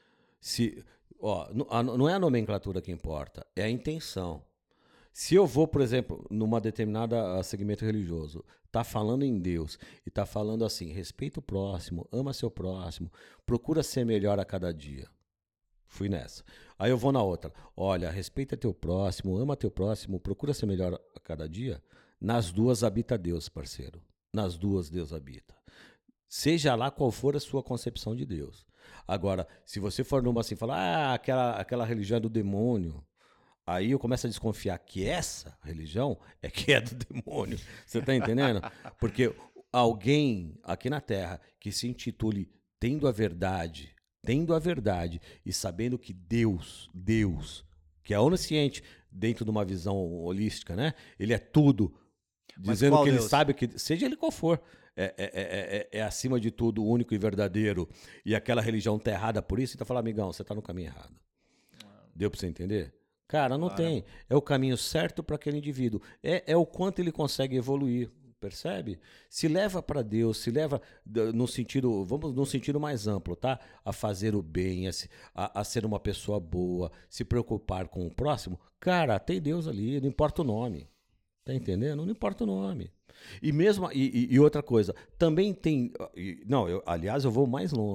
Não é a nomenclatura que importa, é a intenção. Se eu vou, por exemplo, numa determinada segmento religioso, tá falando em Deus e tá falando assim, respeita o próximo, ama seu próximo, procura ser melhor a cada dia. Fui nessa. Aí eu vou na outra. Olha, respeita teu próximo, ama teu próximo, procura ser melhor a cada dia. Nas duas habita Deus, parceiro. Nas duas Deus habita. Seja lá qual for a sua concepção de Deus. Agora, se você for numa assim, falar, aquela religião é do demônio, aí eu começo a desconfiar que essa religião é que é do demônio. Você tá entendendo? Porque alguém aqui na Terra que se intitule tendo a verdade e sabendo que Deus, que é onisciente dentro de uma visão holística, né? Ele é tudo, dizendo que ele sabe que, seja ele qual for, é acima de tudo único e verdadeiro, e aquela religião tá errada por isso, então fala, amigão, você tá no caminho errado. Deu pra você entender? Cara, não tem. É o caminho certo para aquele indivíduo. É o quanto ele consegue evoluir, percebe? Se leva para Deus, se leva vamos num sentido mais amplo, tá? A fazer o bem, a ser uma pessoa boa, se preocupar com o próximo. Cara, tem Deus ali, não importa o nome. Tá entendendo? Não importa o nome. E outra coisa, também tem... aliás, eu vou mais longe.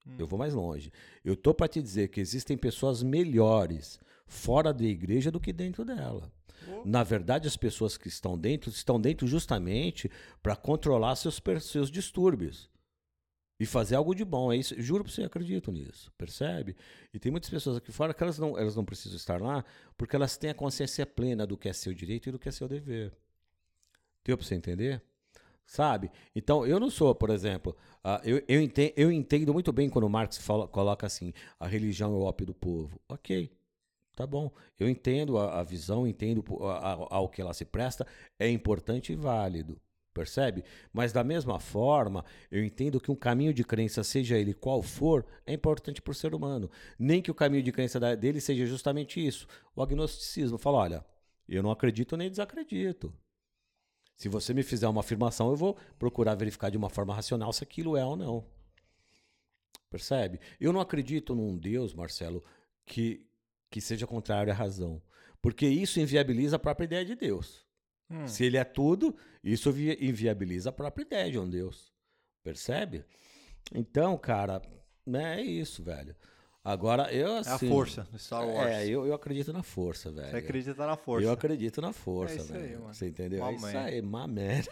Eu vou mais longe. Eu tô para te dizer que existem pessoas melhores fora da igreja do que dentro dela. Na verdade, as pessoas que estão dentro justamente para controlar seus distúrbios e fazer algo de bom. É isso. Juro para você, acredito nisso, percebe? E tem muitas pessoas aqui fora que elas não precisam estar lá porque elas têm a consciência plena do que é seu direito e do que é seu dever. Deu para você entender? Sabe? Então, eu não sou, por exemplo, eu entendo muito bem quando o Marx coloca assim, a religião é o ópio do povo. Ok. Tá bom, eu entendo a visão, entendo ao que ela se presta, é importante e válido, percebe? Mas da mesma forma, eu entendo que um caminho de crença, seja ele qual for, é importante para o ser humano. Nem que o caminho de crença dele seja justamente isso, o agnosticismo. Fala, olha, eu não acredito nem desacredito. Se você me fizer uma afirmação, eu vou procurar verificar de uma forma racional se aquilo é ou não. Percebe? Eu não acredito num Deus, Marcelo, que seja contrário à razão. Porque isso inviabiliza a própria ideia de Deus. Se ele é tudo, isso inviabiliza a própria ideia de um Deus. Percebe? Então, cara, é isso, velho. Agora, eu assim...
É a força do Star Wars.
Eu acredito na força, velho.
Você acredita na força.
Eu acredito na força,
isso
velho.
Aí, mano.
Você entendeu?
É
isso aí, mamé.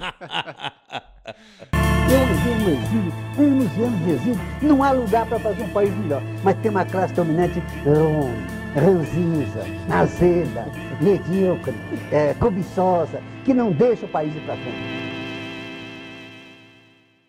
Eu levei no exílio, anos e anos de exílio, não há lugar para fazer um país melhor. Mas tem uma classe dominante ranzinza, azeda, medíocre, cobiçosa, que não deixa o país ir para frente.